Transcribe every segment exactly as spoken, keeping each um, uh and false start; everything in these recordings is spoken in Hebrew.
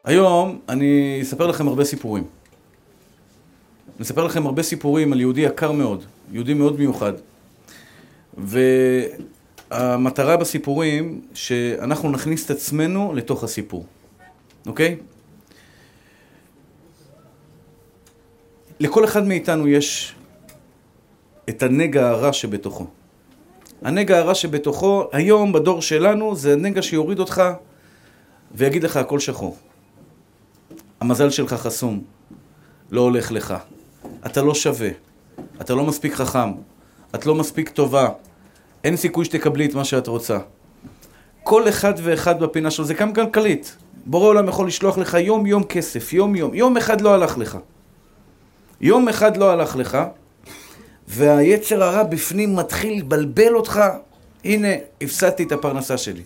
היום אני אספר לכם הרבה סיפורים. אני אספר לכם הרבה סיפורים על יהודי יקר מאוד, יהודי מאוד מיוחד. והמטרה בסיפורים שאנחנו נכניס את עצמנו לתוך הסיפור. אוקיי? לכל אחד מאיתנו יש את הנגע הרע שבתוכו. הנגע הרע שבתוכו, היום בדור שלנו, זה הנגע שיוריד אותך ויגיד לך הכל שחור. המזל שלך חסום, לא הולך לך. אתה לא שווה, אתה לא מספיק חכם, את לא מספיק טובה, אין סיכוי שתקבלי את מה שאת רוצה. כל אחד ואחד בפינה שלו, זה גם כלכלית. בורא עולם יכול לשלוח לך יום יום כסף, יום יום. יום אחד לא הלך לך. יום אחד לא הלך לך, והיצר הרע בפנים מתחיל לבלבל אותך. הנה, הפסדתי את הפרנסה שלי.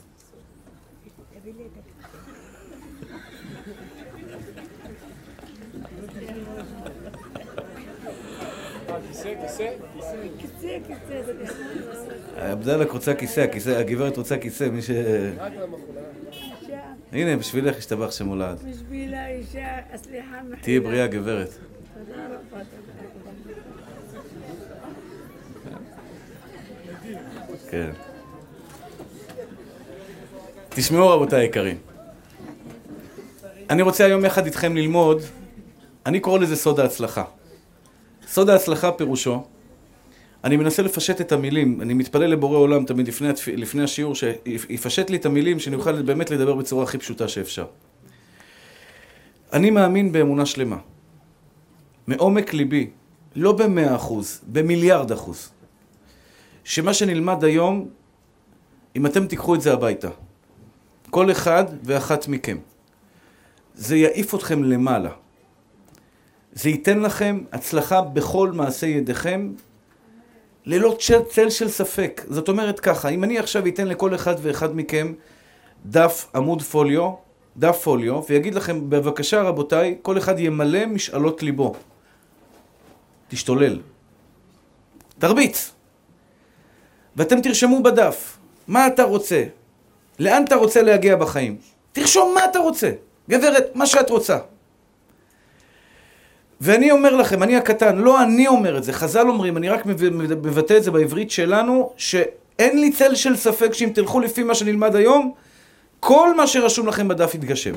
עבדלק רוצה כיסא, הגברת רוצה כיסא, מי ש... הנה, בשבילך השתבח שמולד. בשבילה אישה, סליחה מחילה. תהיי בריאה, גברת. תודה רבה, תודה. כן. תשמעו רבותיי היקרים. אני רוצה היום יחד איתכם ללמוד, אני קורא לזה סוד ההצלחה. סוד ההצלחה פירושו, אני מנסה לפשט את המילים, אני מתפלל לבורא עולם תמיד לפני, לפני השיעור, שיפשט לי את המילים, שאני אוכל באמת לדבר בצורה הכי פשוטה שאפשר. אני מאמין באמונה שלמה, מעומק ליבי, לא במאה אחוז, במיליארד אחוז, שמה שנלמד היום, אם אתם תיקחו את זה הביתה, כל אחד ואחת מכם, זה יעיף אתכם למעלה. זה ייתן לכם הצלחה בכל מעשה ידיכם, ללא צל של ספק. זאת אומרת ככה, אם אני עכשיו אתן לכל אחד ואחד מכם דף עמוד פוליו, דף פוליו, ויגיד לכם, בבקשה רבותיי, כל אחד ימלא משאלות ליבו. תשתולל. תרביץ. ואתם תרשמו בדף, מה אתה רוצה? לאן אתה רוצה להגיע בחיים? תרשום מה אתה רוצה. גברת, מה שאת רוצה. ואני אומר לכם, אני הקטן, לא אני אומר את זה, חז"ל אומרים, אני רק מבטא את זה בעברית שלנו, שאין לי צל של ספק שאם תלכו לפי מה שנלמד היום, כל מה שרשום לכם בדף יתגשם.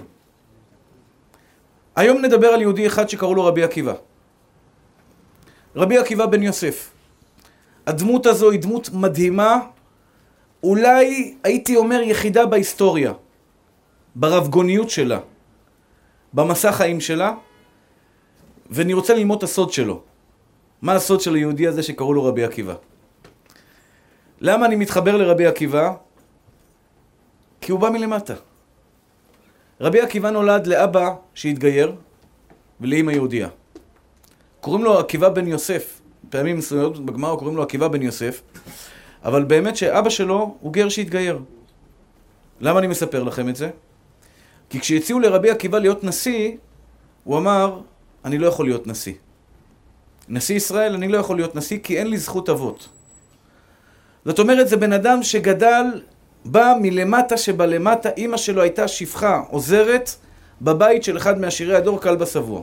היום נדבר על יהודי אחד שקראו לו רבי עקיבא. רבי עקיבא בן יוסף. הדמות הזו היא דמות מדהימה, אולי הייתי אומר יחידה בהיסטוריה, ברבגוניות שלה, במסע חיים שלה, ואני רוצה ללמוד את הסוד שלו. מה הסוד של היהודי הזה שקראו לו רבי עקיבא? למה אני מתחבר לרבי עקיבא? כי הוא בא מלמטה. רבי עקיבא נולד לאבא שהתגייר ולאמא יהודייה. קוראים לו עקיבא בן יוסף. פעמים מסוימות בגמרא קוראים לו עקיבא בן יוסף. אבל באמת שאבא שלו הוא גר שהתגייר. למה אני מספר לכם את זה? כי כשהציעו לרבי עקיבא להיות נשיא, הוא אמר, אני לא יכול להיות נשיא. נשיא ישראל, אני לא יכול להיות נשיא כי אין לי זכות אבות. זאת אומרת, זה בן אדם שגדל, בא מלמטה שבלמטה, אמא שלו הייתה שפחה, עוזרת, בבית של אחד מהשירי הדור, כלבא שבוע.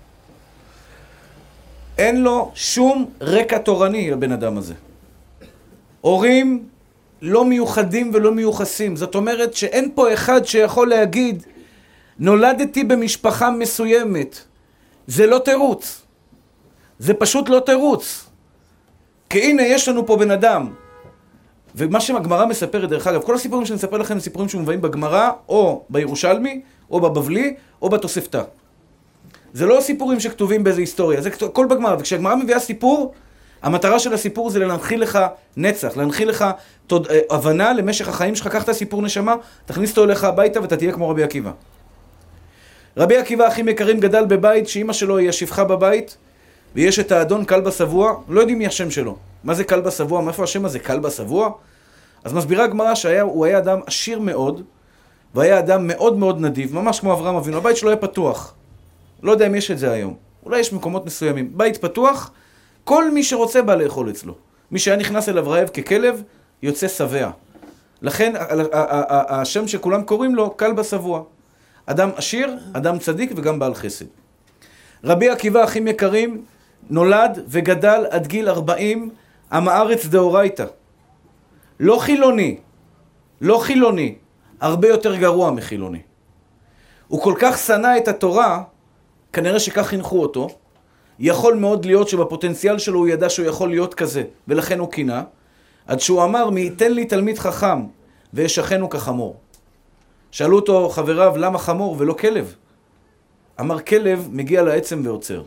אין לו שום רקע תורני לבן אדם הזה. הורים לא מיוחדים ולא מיוחסים. זאת אומרת שאין פה אחד שיכול להגיד, נולדתי במשפחה מסוימת. זה לא תירוץ. זה פשוט לא תירוץ. כי הנה יש לנו פה בן אדם. ומה שהגמרא מספרת, דרך אגב, כל הסיפורים שאני מספר לכם, סיפורים שמובאים בגמרא, או בירושלמי, או בבבלי, או בתוספתא. זה לא סיפורים שכתובים באיזו היסטוריה, זה כל בגמרא. וכשהגמרא מביאה סיפור, המטרה של הסיפור זה להנחיל לך נצח, להנחיל לך תוד... הבנה למשך החיים שלך. קח את הסיפור נשמה, תכניס אותו אליך הביתה ואתה תהיה כמו רבי עקיבא. רבי עקיבא, אחים יקרים, גדל בבית שאמא שלו היא השפחה בבית, ויש את האדון כלבא שבוע, לא יודעים מי השם שלו. מה זה כלבא שבוע? מאיפה השם הזה? כלבא שבוע? אז מסבירה הגמרא שהוא היה אדם עשיר מאוד, והיה אדם מאוד מאוד נדיב, ממש כמו אברהם אבינו. הבית שלו היה פתוח. לא יודע אם יש את זה היום. אולי יש מקומות מסוימים. בית פתוח, כל מי שרוצה בא לאכול אצלו. מי שהיה נכנס אליו רעב ככלב, יוצא שבע. לכן השם שכולם קוראים לו כלבא שבוע. אדם עשיר, אדם צדיק וגם בעל חסד. רבי עקיבא, אחים יקרים, נולד וגדל עד גיל ארבעים, עם הארץ דאורייתא. לא חילוני, לא חילוני, הרבה יותר גרוע מחילוני. הוא כל כך שנא את התורה, כנראה שכך חינכו אותו, יכול מאוד להיות שבפוטנציאל שלו הוא ידע שהוא יכול להיות כזה, ולכן הוא קינה, עד שהוא אמר, מי ייתן לי תלמיד חכם, וישכנו כחמור. שאלו אותו חבריו, למה חמור ולא כלב? אמר, כלב מגיע לעצם ועוצר.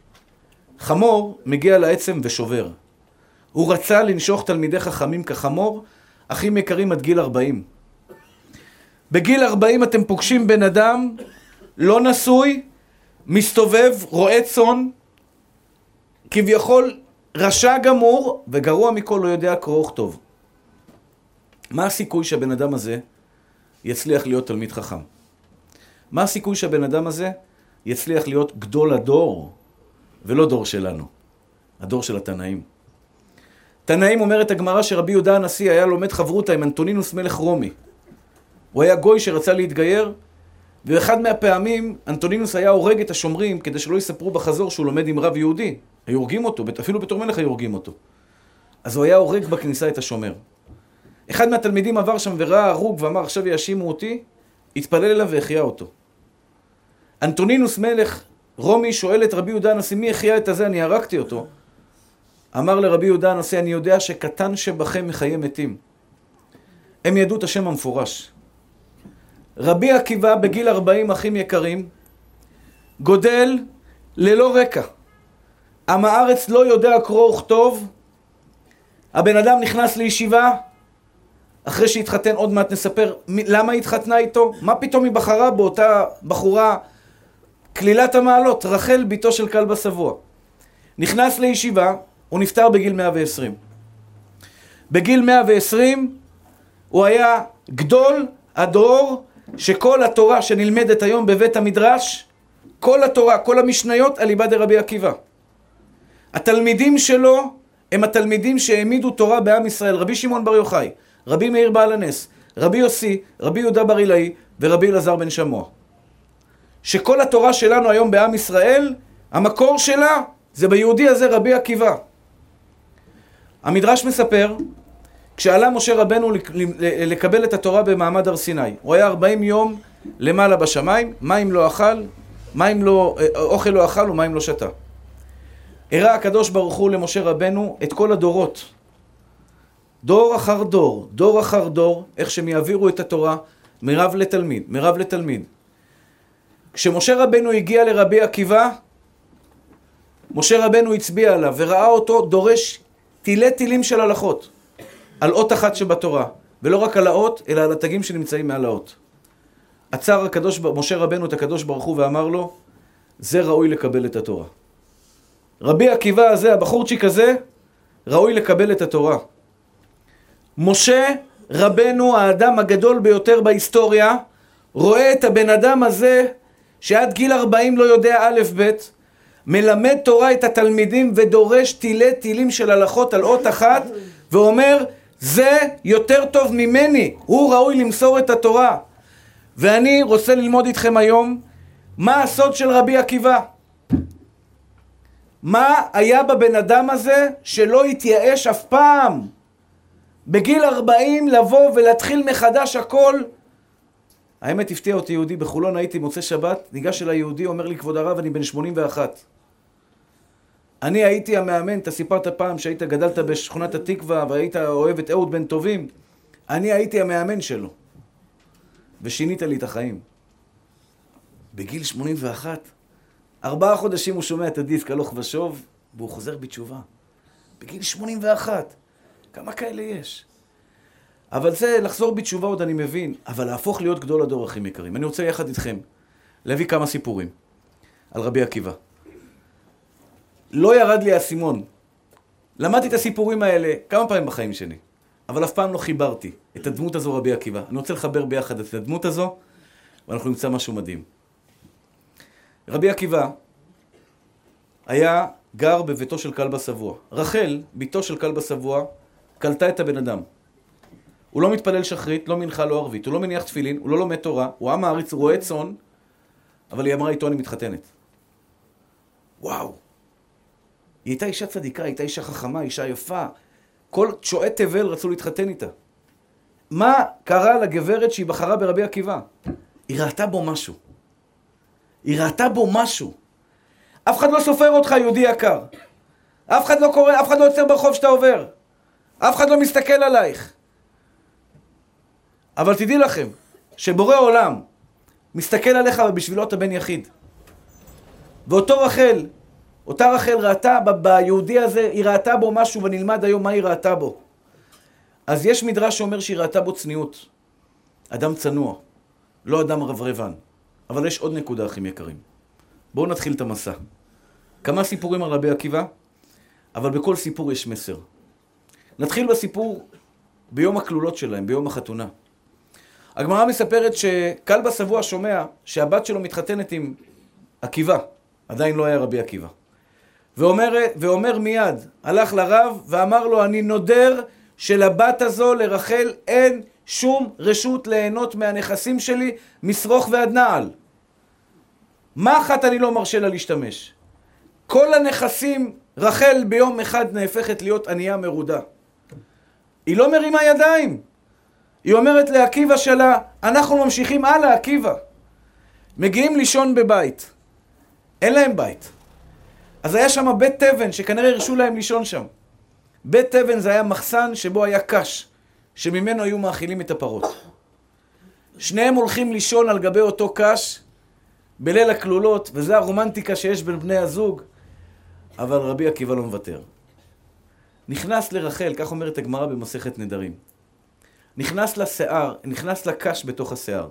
חמור מגיע לעצם ושובר. הוא רצה לנשוך תלמידי חכמים כחמור, אחים יקרים עד גיל ארבעים. בגיל ארבעים אתם פוגשים בן אדם, לא נשוי, מסתובב, רועה צאן, כביכול רשע גמור, וגרוע מכל לא יודע קרוא וכתוב. מה הסיכוי שהבן אדם הזה יצליח להיות תלמיד חכם? מה הסיכוי שהבן אדם הזה יצליח להיות גדול הדור, ולא דור שלנו, הדור של התנאים? תנאים אומרת הגמרא שרבי יהודה הנשיא היה לומד חברותה עם אנטונינוס מלך רומי. הוא היה גוי שרצה להתגייר, ואחד מהפעמים אנטונינוס היה הורג את השומרים כדי שלא יספרו בחזור שהוא לומד עם רב יהודי. היו הורגים אותו, אפילו בתור מלך היו הורגים אותו. אז הוא היה הורג בכניסה את השומר. אחד מהתלמידים עבר שם וראה הרוג ואמר, עכשיו יאשימו אותי, התפלל אליו והחיה אותו. אנטונינוס מלך רומי שואל את רבי יהודה הנשיא, מי החיה את הזה? אני הרגתי אותו. אמר לרבי יהודה הנשיא, אני יודע שקטן שבכם מחיי מתים. הם ידעו את השם המפורש. רבי עקיבא בגיל ארבעים, אחים יקרים, גודל ללא רקע. עם הארץ לא יודע קרוא וכתוב. הבן אדם נכנס לישיבה, אחרי שהתחתן, עוד מעט נספר למה התחתנה איתו, מה פתאום היא בחרה באותה בחורה, כלילת המעלות, רחל ביתו של כלבא שבוע. נכנס לישיבה, הוא נפטר בגיל מאה ועשרים. בגיל מאה ועשרים הוא היה גדול הדור שכל התורה שנלמדת היום בבית המדרש, כל התורה, כל המשניות על ליבא דרבי עקיבא. התלמידים שלו הם התלמידים שהעמידו תורה בעם ישראל, רבי שמעון בר יוחאי, רבי מאיר בעל הנס, רבי יוסי, רבי יהודה בר אילאי ורבי אלעזר בן שמוע. שכל התורה שלנו היום בעם ישראל, המקור שלה זה ביהודי הזה רבי עקיבא. המדרש מספר, כשעלה משה רבנו לקבל את התורה במעמד הר סיני, הוא היה ארבעים יום למעלה בשמיים, מים לא אכל, מים לא, אוכל לא אכל ומים לא שתה. הראה הקדוש ברוך הוא למשה רבנו את כל הדורות. דור אחר דור, דור אחר דור, איך שהם יעבירו את התורה מרב לתלמיד, מרב לתלמיד. כשמשה רבנו הגיע לרבי עקיבא, משה רבנו הצביע עליו וראה אותו דורש תילי תילים של הלכות על אות אחת שבתורה, ולא רק על האות, אלא על התגים שנמצאים מעל האות. עצר הקדוש, משה רבנו את הקדוש ברוך הוא ואמר לו, זה ראוי לקבל את התורה. רבי עקיבא הזה, הבחורצ'יק הזה, ראוי לקבל את התורה. משה רבנו, האדם הגדול ביותר בהיסטוריה, רואה את הבן אדם הזה, שעד גיל ארבעים לא יודע א' ב', מלמד תורה את התלמידים ודורש תילי תילים של הלכות על אות אחת, ואומר, זה יותר טוב ממני, הוא ראוי למסור את התורה. ואני רוצה ללמוד איתכם היום, מה הסוד של רבי עקיבא? מה היה בבן אדם הזה שלא התייאש אף פעם? בגיל ארבעים לבוא ולהתחיל מחדש הכל. האמת הפתיע אותי יהודי בחולון, הייתי מוצא שבת, ניגש אל היהודי, אומר לי, כבוד הרב, אני בן שמונים ואחת. אני הייתי המאמן, אתה סיפרת פעם שהיית גדלת בשכונת התקווה והיית אוהב את אהוד בן טובים. אני הייתי המאמן שלו. ושינית לי את החיים. בגיל שמונים ואחת, ארבעה חודשים הוא שומע את הדיסק הלוך ושוב, והוא חוזר בתשובה. בגיל שמונים ואחת. כמה כאלה יש? אבל זה, לחזור בתשובה עוד אני מבין, אבל להפוך להיות גדול הדור, אחים יקרים. אני רוצה יחד איתכם להביא כמה סיפורים על רבי עקיבא. לא ירד לי האסימון. למדתי את הסיפורים האלה כמה פעמים בחיים שלי, אבל אף פעם לא חיברתי את הדמות הזו רבי עקיבא. אני רוצה לחבר ביחד את הדמות הזו, ואנחנו נמצא משהו מדהים. רבי עקיבא היה גר בביתו של כלבא שבוע. רחל, ביתו של כלבא שבוע, קלטה את הבן אדם. הוא לא מתפלל שחרית, לא מנחה, לא ערבית, הוא לא מניח תפילין, הוא לא לומד תורה, הוא עם הארץ, רועה צאן, אבל היא אמרה איתו אני מתחתנת. וואו. היא הייתה אישה צדיקה, היא הייתה אישה חכמה, אישה יפה. כל שועי תבל רצו להתחתן איתה. מה קרה לגברת שהיא בחרה ברבי עקיבא? היא ראתה בו משהו. היא ראתה בו משהו. אף אחד לא סופר אותך, יהודי יקר. אף אחד לא קורא, אף אחד לא יוצר ברחוב שאתה עובר. אף אחד לא מסתכל עלייך. אבל תדעי לכם, שבורא עולם מסתכל עליך ובשבילו אתה בן יחיד. ואותו רחל, אותה רחל ראתה ב- ביהודי הזה, היא ראתה בו משהו, ונלמד היום מה היא ראתה בו. אז יש מדרש שאומר שהיא ראתה בו צניעות. אדם צנוע, לא אדם רברבן. אבל יש עוד נקודה, אחים יקרים. בואו נתחיל את המסע. כמה סיפורים על רבי עקיבא, אבל בכל סיפור יש מסר. נתחיל בסיפור ביום הכלולות שלהם, ביום החתונה. הגמרא מספרת שכלבא שבוע שומע שהבת שלו מתחתנת עם עקיבא, עדיין לא היה רבי עקיבא. ואומר, ואומר מיד, הלך לרב ואמר לו, אני נודר שלבת הזו לרחל אין שום רשות ליהנות מהנכסים שלי, משרוך ועד נעל. מה אחת אני לא מרשה לה להשתמש? כל הנכסים, רחל ביום אחד נהפכת להיות ענייה מרודה. היא לא מרימה ידיים. היא אומרת לעקיבא שלה, אנחנו ממשיכים הלאה, עקיבא. מגיעים לישון בבית. אין להם בית. אז היה שם בית תבן, שכנראה הרשו להם לישון שם. בית תבן זה היה מחסן שבו היה קש, שממנו היו מאכילים את הפרות. שניהם הולכים לישון על גבי אותו קש, בליל הכלולות, וזה הרומנטיקה שיש בין בני הזוג, אבל רבי עקיבא לא מוותר. נכנס לרחל, כך אומרת הגמרא במסכת נדרים. נכנס לשיער, נכנס לקש בתוך השיער.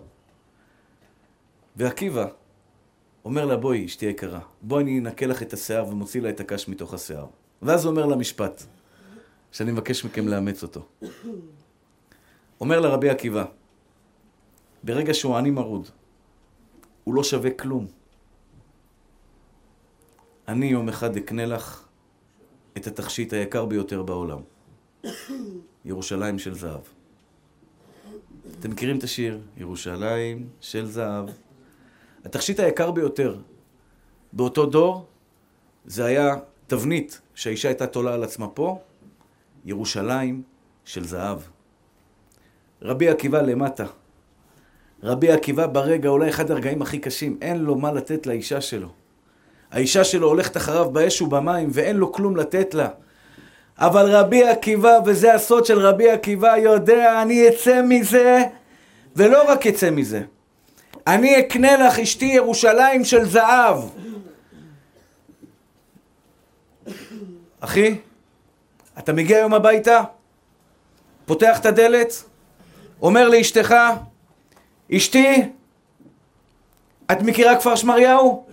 ועקיבא אומר לה, בואי, אשתי יקרה, בואי אני אנקה לך את השיער ומוציא לה את הקש מתוך השיער. ואז הוא אומר לה משפט, שאני מבקש מכם לאמץ אותו. אומר לה רבי עקיבא, ברגע שהוא עני מרוד, הוא לא שווה כלום. אני יום אחד אקנה לך את התכשיט היקר ביותר בעולם. ירושלים של זהב. אתם מכירים את השיר? ירושלים של זהב. התכשיט היקר ביותר באותו דור, זה היה תבנית שהאישה הייתה תולה על עצמה פה, ירושלים של זהב. רבי עקיבא למטה. רבי עקיבא ברגע, אולי אחד הרגעים הכי קשים, אין לו מה לתת לאישה שלו. האישה שלו הולכת אחריו באש ובמים, ואין לו כלום לתת לה. אבל רבי עקיבא, וזה הסוד של רבי עקיבא, יודע, אני אצא מזה, ולא רק אצא מזה. אני אקנה לך אשתי ירושלים של זהב. אחי, אתה מגיע היום הביתה, פותח את הדלת, אומר לאשתך, אשתי, את מכירה כפר שמריהו?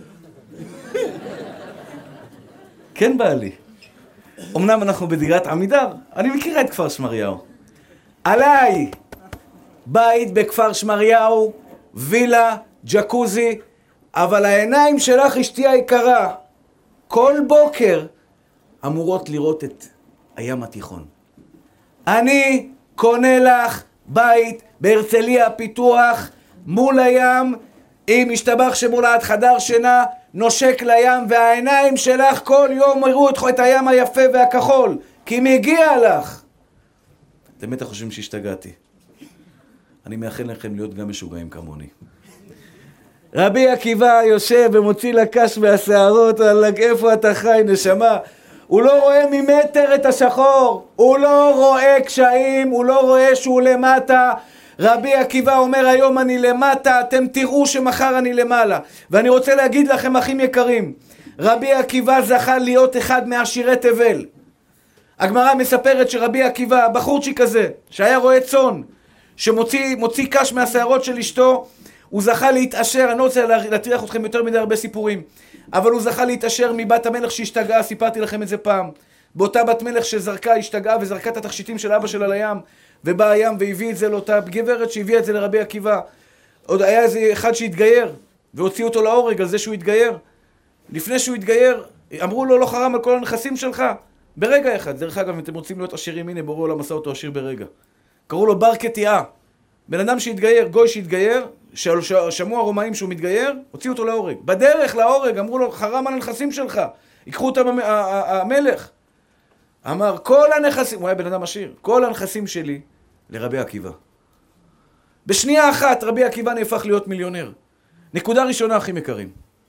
כן בעלי. אמנם אנחנו בדירת עמידר, אני מכירה את כפר שמריהו. עליי, בית בכפר שמריהו, וילה, ג'קוזי, אבל העיניים שלך אשתי היקרה, כל בוקר אמורות לראות את הים התיכון. אני קונה לך בית בהרצליה פיתוח מול הים, עם משתבח שמולת חדר שינה, נושק לים, והעיניים שלך כל יום יראו את הים היפה והכחול, כי מגיע לך. אתם בטח חושבים שהשתגעתי. אני מאחל לכם להיות גם משוגעים כמוני. רבי עקיבא יושב ומוציא לקש מהשערות, על איפה אתה חי נשמה? הוא לא רואה ממטר את השחור, הוא לא רואה קשיים, הוא לא רואה שהוא למטה. רבי עקיבא אומר, היום אני למטה, אתם תראו שמחר אני למעלה. ואני רוצה להגיד לכם, אחים יקרים, רבי עקיבא זכה להיות אחד מעשירי תבל. הגמרא מספרת שרבי עקיבא, בחורצ'יק הזה, שהיה רואה צאן, שמוציא מוציא קש מהשערות של אשתו, הוא זכה להתעשר. אני לא רוצה להטריח אתכם יותר מדי הרבה סיפורים, אבל הוא זכה להתעשר מבת המלך שהשתגעה, סיפרתי לכם את זה פעם. באותה בת מלך שזרקה, השתגעה וזרקה את התכשיטים של אבא שלה לים, ובא הים והביא את זה לאותה גברת שהביאה את זה לרבי עקיבא. עוד היה איזה אחד שהתגייר, והוציא אותו להורג על זה שהוא התגייר. לפני שהוא התגייר, אמרו לו, לא חרם על כל הנכסים שלך? ברגע אחד. דרך אגב, אם אתם רוצים להיות עשירים, הנה בורא עולם עשה אותו עשיר ברגע. קראו לו בר קטיעה. בן אדם שהתגייר, גוי שהתגייר, שמעו הרומאים שהוא מתגייר, הוציאו אותו להורג. בדרך להורג, אמרו לו, חרם על הנכסים שלך, ייקחו אותם המלך. אמר, כל הנכסים, הוא היה בן אדם עשיר, כל הנכסים שלי לרבי עקיבא. בשנייה אחת רבי עקיבא נהפך להיות מיליונר. נקודה ראשונה, אחים יקרים.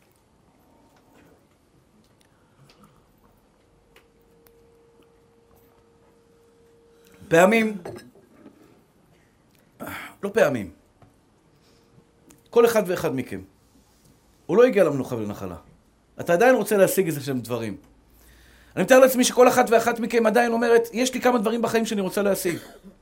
פעמים, לא פעמים, כל אחד ואחד מכם, הוא לא הגיע למנוחה ולנחלה. אתה עדיין רוצה להשיג איזה שהם דברים. אני מתאר לעצמי שכל אחת ואחת מכם עדיין אומרת, יש לי כמה דברים בחיים שאני רוצה להשיג.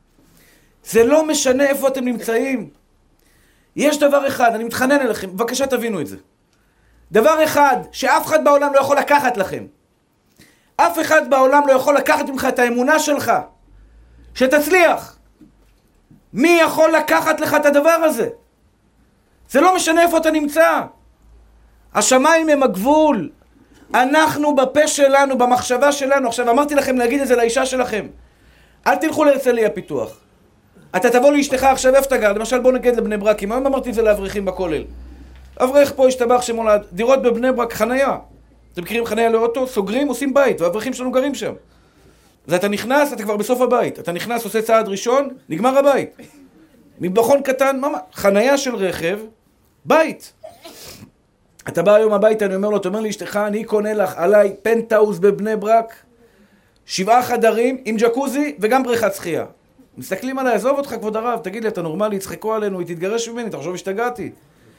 זה לא משנה איפה אתם נמצאים. יש דבר אחד, אני מתחנן אליכם, בבקשה תבינו את זה. דבר אחד שאף אחד בעולם לא יכול לקחת לכם. אף אחד בעולם לא יכול לקחת ממך את האמונה שלך. שתצליח. מי יכול לקחת לך את הדבר הזה? זה לא משנה איפה אתה נמצא. השמיים הם הגבול. אנחנו בפה שלנו, במחשבה שלנו. עכשיו אמרתי לכם להגיד את זה לאישה שלכם. אל תלכו להרצליה פיתוח. אתה תבוא לאשתך עכשיו, איפה אתה גר? למשל בוא נגיד לבני ברק. היום אמרתי את זה לאברכים בכולל. אברך פה השתבח שמולד. דירות בבני ברק, חנייה. אתם מכירים חנייה לאוטו? סוגרים, עושים בית. והאברכים שלנו גרים שם. אז אתה נכנס, אתה כבר בסוף הבית. אתה נכנס, עושה צעד ראשון, נגמר הבית. מטבחון קטן, מה, חנייה של רכב, בית. אתה בא היום הביתה, אני אומר לו, אתה אומר לי, אשתך, אני קונה לך עליי פנטהאוס בבני ברק, שבעה חדרים עם ג'קוזי וגם בריכת שחייה. מסתכלים עליי, עזוב אותך כבוד הרב, תגיד לי, אתה נורמלי, יצחקו עלינו, היא תתגרש ממני, תחשוב השתגעתי.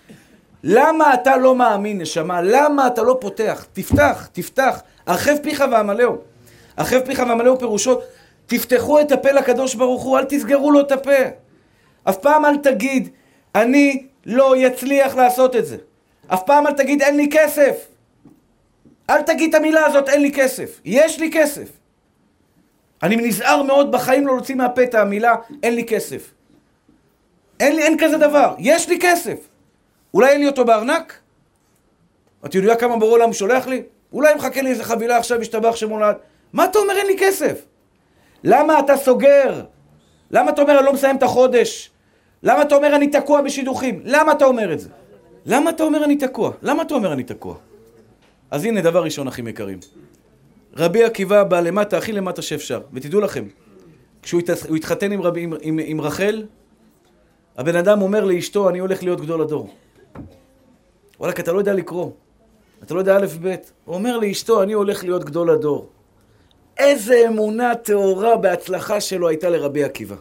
למה אתה לא מאמין, נשמה? למה אתה לא פותח? תפתח, תפתח, הרחב פיך ועמלאו. הרחב פיך ועמלאו פירושו, תפתחו את הפה לקדוש ברוך הוא, אל תסגרו לו את הפה. אף פעם אל תגיד, אני לא יצליח לעשות את זה. אף פעם אל תגיד, אין לי כסף. אל תגיד את המילה הזאת, אין לי כסף. יש לי כסף. אני נזהר מאוד בחיים לא להוציא מהפה את המילה, אין לי כסף. אין לי, אין כזה דבר. יש לי כסף. אולי אין לי אותו בארנק? אתה יודע כמה ברור למה שולח לי? אולי מחכה לי איזה חבילה עכשיו, השתבח שמולד. מה אתה אומר, אין לי כסף? למה אתה סוגר? למה אתה אומר, אני לא מסיים את החודש? למה אתה אומר, אני תקוע בשידוכים? למה אתה אומר את זה? למה אתה אומר, אני תקוע? למה אתה אומר, אני תקוע? אז הנה דבר ראשון, אחים יקרים. רבי עקיבא בא למטה, הכי למטה שאפשר. ותדעו לכם, כשהוא התחתן עם, רבי, עם, עם, עם רחל, הבן אדם אומר לאשתו, אני הולך להיות גדול הדור. וואלק, אתה לא יודע לקרוא. אתה לא יודע א' ב'. הוא אומר לאשתו, אני הולך להיות גדול הדור. איזה אמונה תאורה בהצלחה שלו הייתה לרבי עקיבא.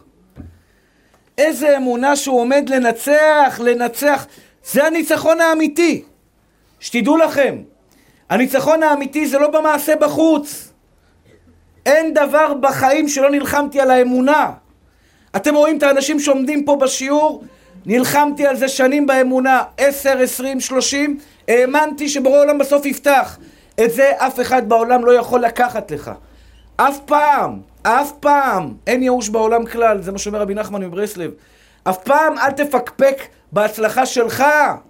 איזה אמונה שהוא עומד לנצח, לנצח. זה הניצחון האמיתי. שתדעו לכם, הניצחון האמיתי זה לא במעשה בחוץ. אין דבר בחיים שלא נלחמתי על האמונה. אתם רואים את האנשים שעומדים פה בשיעור, נלחמתי על זה שנים באמונה, עשר, עשרים, שלושים, האמנתי שבורא עולם בסוף יפתח. את זה אף אחד בעולם לא יכול לקחת לך. אף פעם, אף פעם, אין ייאוש בעולם כלל, זה מה שאומר רבי נחמן מברסלב. אף פעם אל תפקפק בהצלחה שלך.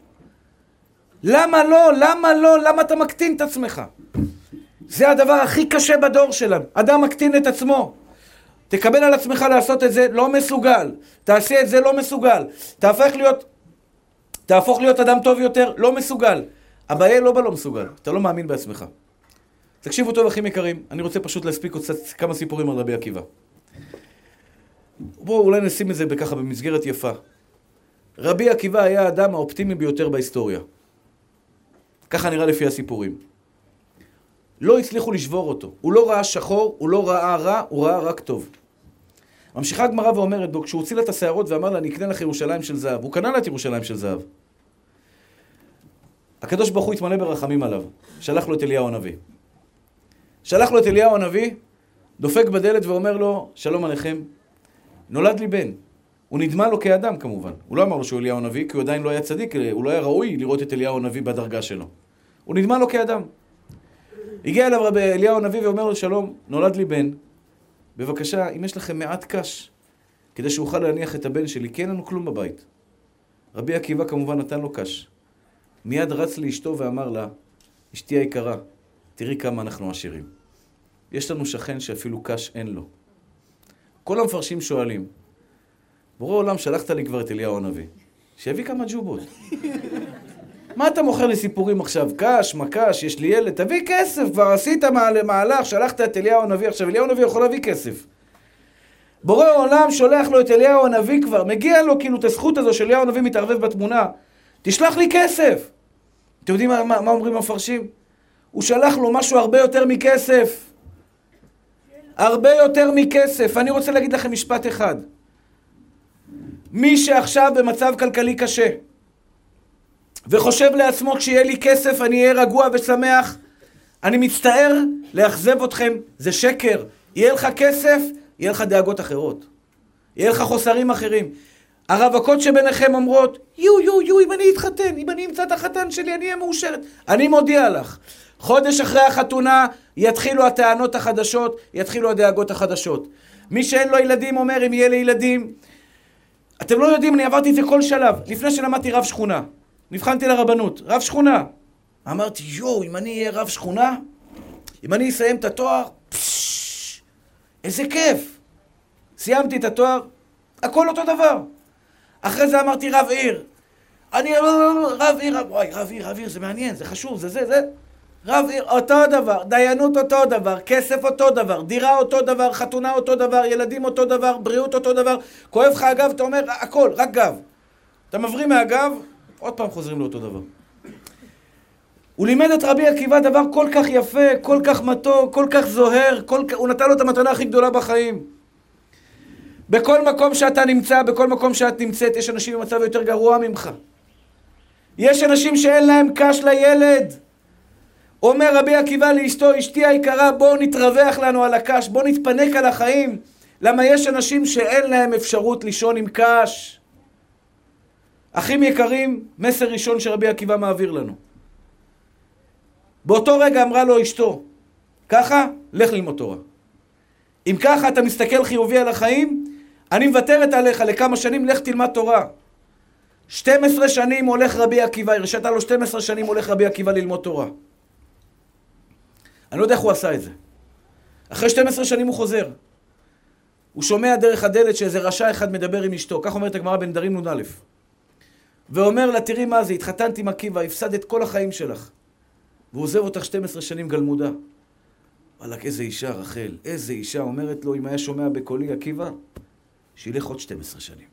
למה לא? למה לא? למה אתה מקטין את עצמך? זה הדבר הכי קשה בדור שלנו. אדם מקטין את עצמו. תקבל על עצמך לעשות את זה, לא מסוגל. תעשה את זה, לא מסוגל. תהפך להיות, תהפוך להיות אדם טוב יותר, לא מסוגל. הבעיה לא בא לא מסוגל. אתה לא מאמין בעצמך. תקשיבו טוב, אחים יקרים. אני רוצה פשוט להספיק עוד כמה סיפורים על רבי עקיבא. בואו אולי נשים את זה ככה במסגרת יפה. רבי עקיבא היה האדם האופטימי ביותר בהיסטוריה. ככה נראה לפי הסיפורים. לא הצליחו לשבור אותו. הוא לא ראה שחור, הוא לא ראה רע, הוא ראה רק טוב. ממשיכה הגמרא ואומרת בו, כשהוא הוציא לה את השערות ואמר לה, אני אקנה לך ירושלים של זהב. הוא קנה לה את ירושלים של זהב. הקדוש ברוך הוא התמלא ברחמים עליו. שלח לו את אליהו הנביא. שלח לו את אליהו הנביא, דופק בדלת ואומר לו, שלום עליכם, נולד לי בן. הוא נדמה לו כאדם כמובן. הוא לא אמר לו שהוא אליהו הנביא, כי הוא עדיין לא היה צדיק, הוא לא היה ראוי לראות את אליהו הנביא בדרגה שלו. הוא נדמה לו כאדם. הגיע אליו רבי אליהו הנביא ואומר לו, שלום, נולד לי בן. בבקשה, אם יש לכם מעט קש, כדי שאוכל להניח את הבן שלי, כי אין לנו כלום בבית. רבי עקיבא כמובן נתן לו קש. מיד רץ לאשתו ואמר לה, אשתי היקרה, תראי כמה אנחנו עשירים. יש לנו שכן שאפילו קש אין לו. כל המפרשים שואלים, בורא עולם שלחת לי כבר את אליהו הנביא. שיביא כמה ג'ובות. מה אתה מוכר לי סיפורים עכשיו? קש, מקש, יש לי ילד, תביא כסף, כבר עשית מהלך, שלחת את אליהו הנביא, עכשיו אליהו הנביא יכול להביא כסף. בורא העולם שולח לו את אליהו הנביא כבר, מגיע לו כאילו את הזכות הזו של אליהו הנביא מתערבב בתמונה, תשלח לי כסף. אתם יודעים מה, מה, מה אומרים המפרשים? הוא שלח לו משהו הרבה יותר מכסף. הרבה יותר מכסף. אני רוצה להגיד לכם משפט אחד. מי שעכשיו במצב כלכלי קשה, וחושב לעצמו כשיהיה לי כסף אני אהיה רגוע ושמח, אני מצטער לאכזב אתכם, זה שקר. יהיה לך כסף, יהיה לך דאגות אחרות. יהיה לך חוסרים אחרים. הרווקות שביניכם אומרות, יו יו יו, אם אני אתחתן, אם אני אמצא את החתן שלי, אני אהיה מאושרת. אני מודיע לך, חודש אחרי החתונה יתחילו הטענות החדשות, יתחילו הדאגות החדשות. מי שאין לו ילדים אומר, אם יהיה לי ילדים, אתם לא יודעים, אני עברתי את זה כל שלב. לפני שלמדתי רב שכונה, נבחנתי לרבנות, רב שכונה. אמרתי, יו, אם אני אהיה רב שכונה, אם אני אסיים את התואר, פשש, איזה כיף. סיימתי את התואר, הכל אותו דבר. אחרי זה אמרתי רב עיר. אני רב עיר, וואי, רב עיר, רב עיר, זה מעניין, זה חשוב, זה זה, זה. רב עיר, אותו דבר, דיינות אותו דבר, כסף אותו דבר, דירה אותו דבר, חתונה אותו דבר, ילדים אותו דבר, בריאות אותו דבר. כואב לך הגב, אתה אומר, הכל, רק גב. אתה מבריא מהגב, עוד פעם חוזרים לאותו דבר. הוא לימד את רבי עקיבא דבר כל כך יפה, כל כך מתוק, כל כך זוהר, כל... הוא נתן לו את המתנה הכי גדולה בחיים. בכל מקום שאתה נמצא, בכל מקום שאת נמצאת, יש אנשים במצב יותר גרוע ממך. יש אנשים שאין להם קש לילד. אומר רבי עקיבא לאשתו, אשתי היקרה, בואו נתרווח לנו על הקש, בואו נתפנק על החיים. למה יש אנשים שאין להם אפשרות לישון עם קש. אחים יקרים, מסר ראשון שרבי עקיבא מעביר לנו. באותו רגע אמרה לו אשתו, ככה, לך ללמוד תורה. אם ככה אתה מסתכל חיובי על החיים, אני מוותרת עליך לכמה שנים, לך תלמד תורה. שתים עשרה שנים הולך רבי עקיבא, הרשתה לו שתים עשרה שנים הולך רבי עקיבא ללמוד תורה. אני לא יודע איך הוא עשה את זה. אחרי שתים עשרה שנים הוא חוזר. הוא שומע דרך הדלת שאיזה רשע אחד מדבר עם אשתו, כך אומרת הגמרא בנדרים נון א'. ואומר לה, תראי מה זה, התחתנת עם עקיבא, הפסדת את כל החיים שלך. והוא עוזב אותך שתים עשרה שנים גלמודה. וואלק, איזה אישה, רחל, איזה אישה, אומרת לו, אם היה שומע בקולי עקיבא, שילך עוד שתים עשרה שנים.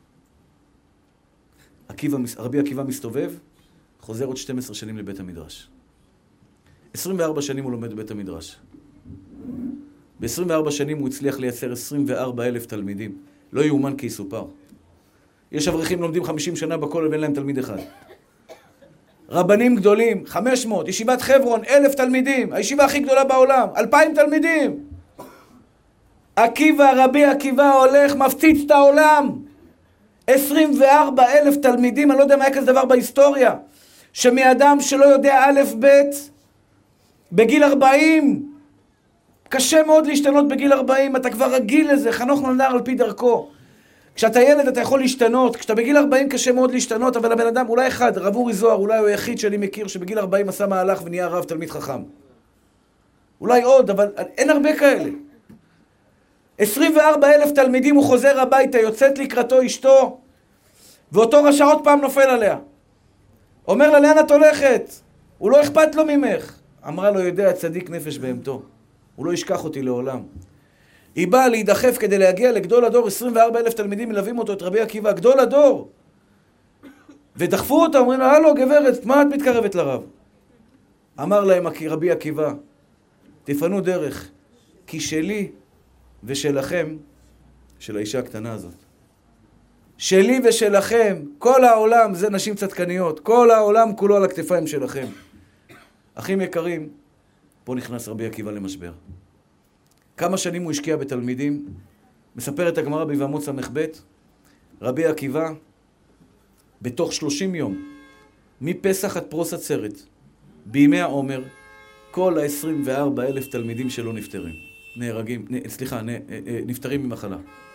עקיבא, רבי עקיבא מסתובב, חוזר עוד שתים עשרה שנים לבית המדרש. עשרים וארבע שנים הוא לומד בבית המדרש. ב-עשרים וארבע שנים הוא הצליח לייצר עשרים וארבעה אלף תלמידים. לא יאומן כי יסופר. יש אברכים לומדים חמישים שנה בכולל ואין להם תלמיד אחד. רבנים גדולים, חמש מאות, ישיבת חברון, אלף תלמידים, הישיבה הכי גדולה בעולם, אלפיים תלמידים. עקיבא, רבי עקיבא הולך, מפציץ את העולם. עשרים וארבעה אלף תלמידים, אני לא יודע מה היה כזה דבר בהיסטוריה. שמאדם שלא יודע א' ב' בגיל ארבעים, קשה מאוד להשתנות בגיל ארבעים, אתה כבר רגיל לזה, חנוך נולד על פי דרכו. כשאתה ילד אתה יכול להשתנות, כשאתה בגיל ארבעים קשה מאוד להשתנות, אבל הבן אדם, אולי אחד, רב אורי זוהר, אולי הוא היחיד שאני מכיר שבגיל ארבעים עשה מהלך ונהיה רב תלמיד חכם. אולי עוד, אבל אין הרבה כאלה. עשרים וארבעה אלף תלמידים, הוא חוזר הביתה, יוצאת לקראתו אשתו, ואותו רשע עוד פעם נופל עליה. אומר לה, לאן את הולכת? הוא לא אכפת לו ממך. אמרה לו, יודע, צדיק נפש בהמתו. הוא לא ישכח אותי לעולם. היא באה להידחף כדי להגיע לגדול הדור, עשרים וארבעה אלף תלמידים מלווים אותו, את רבי עקיבא, גדול הדור. ודחפו אותה, אומרים לה, הלו גברת, מה את מתקרבת לרב? אמר להם רבי עקיבא, תפנו דרך, כי שלי ושלכם, של האישה הקטנה הזאת. שלי ושלכם, כל העולם זה נשים צדקניות, כל העולם כולו על הכתפיים שלכם. אחים יקרים, פה נכנס רבי עקיבא למשבר. כמה שנים הוא השקיע בתלמידים, מספר את הגמרא ביבמות סמך ב', רבי עקיבא, בתוך שלושים יום, מפסח עד פרוס עצרת, בימי העומר, כל ה-עשרים וארבעה אלף תלמידים שלו נפטרים, נהרגים, נ, סליחה, נ, נפטרים ממחלה.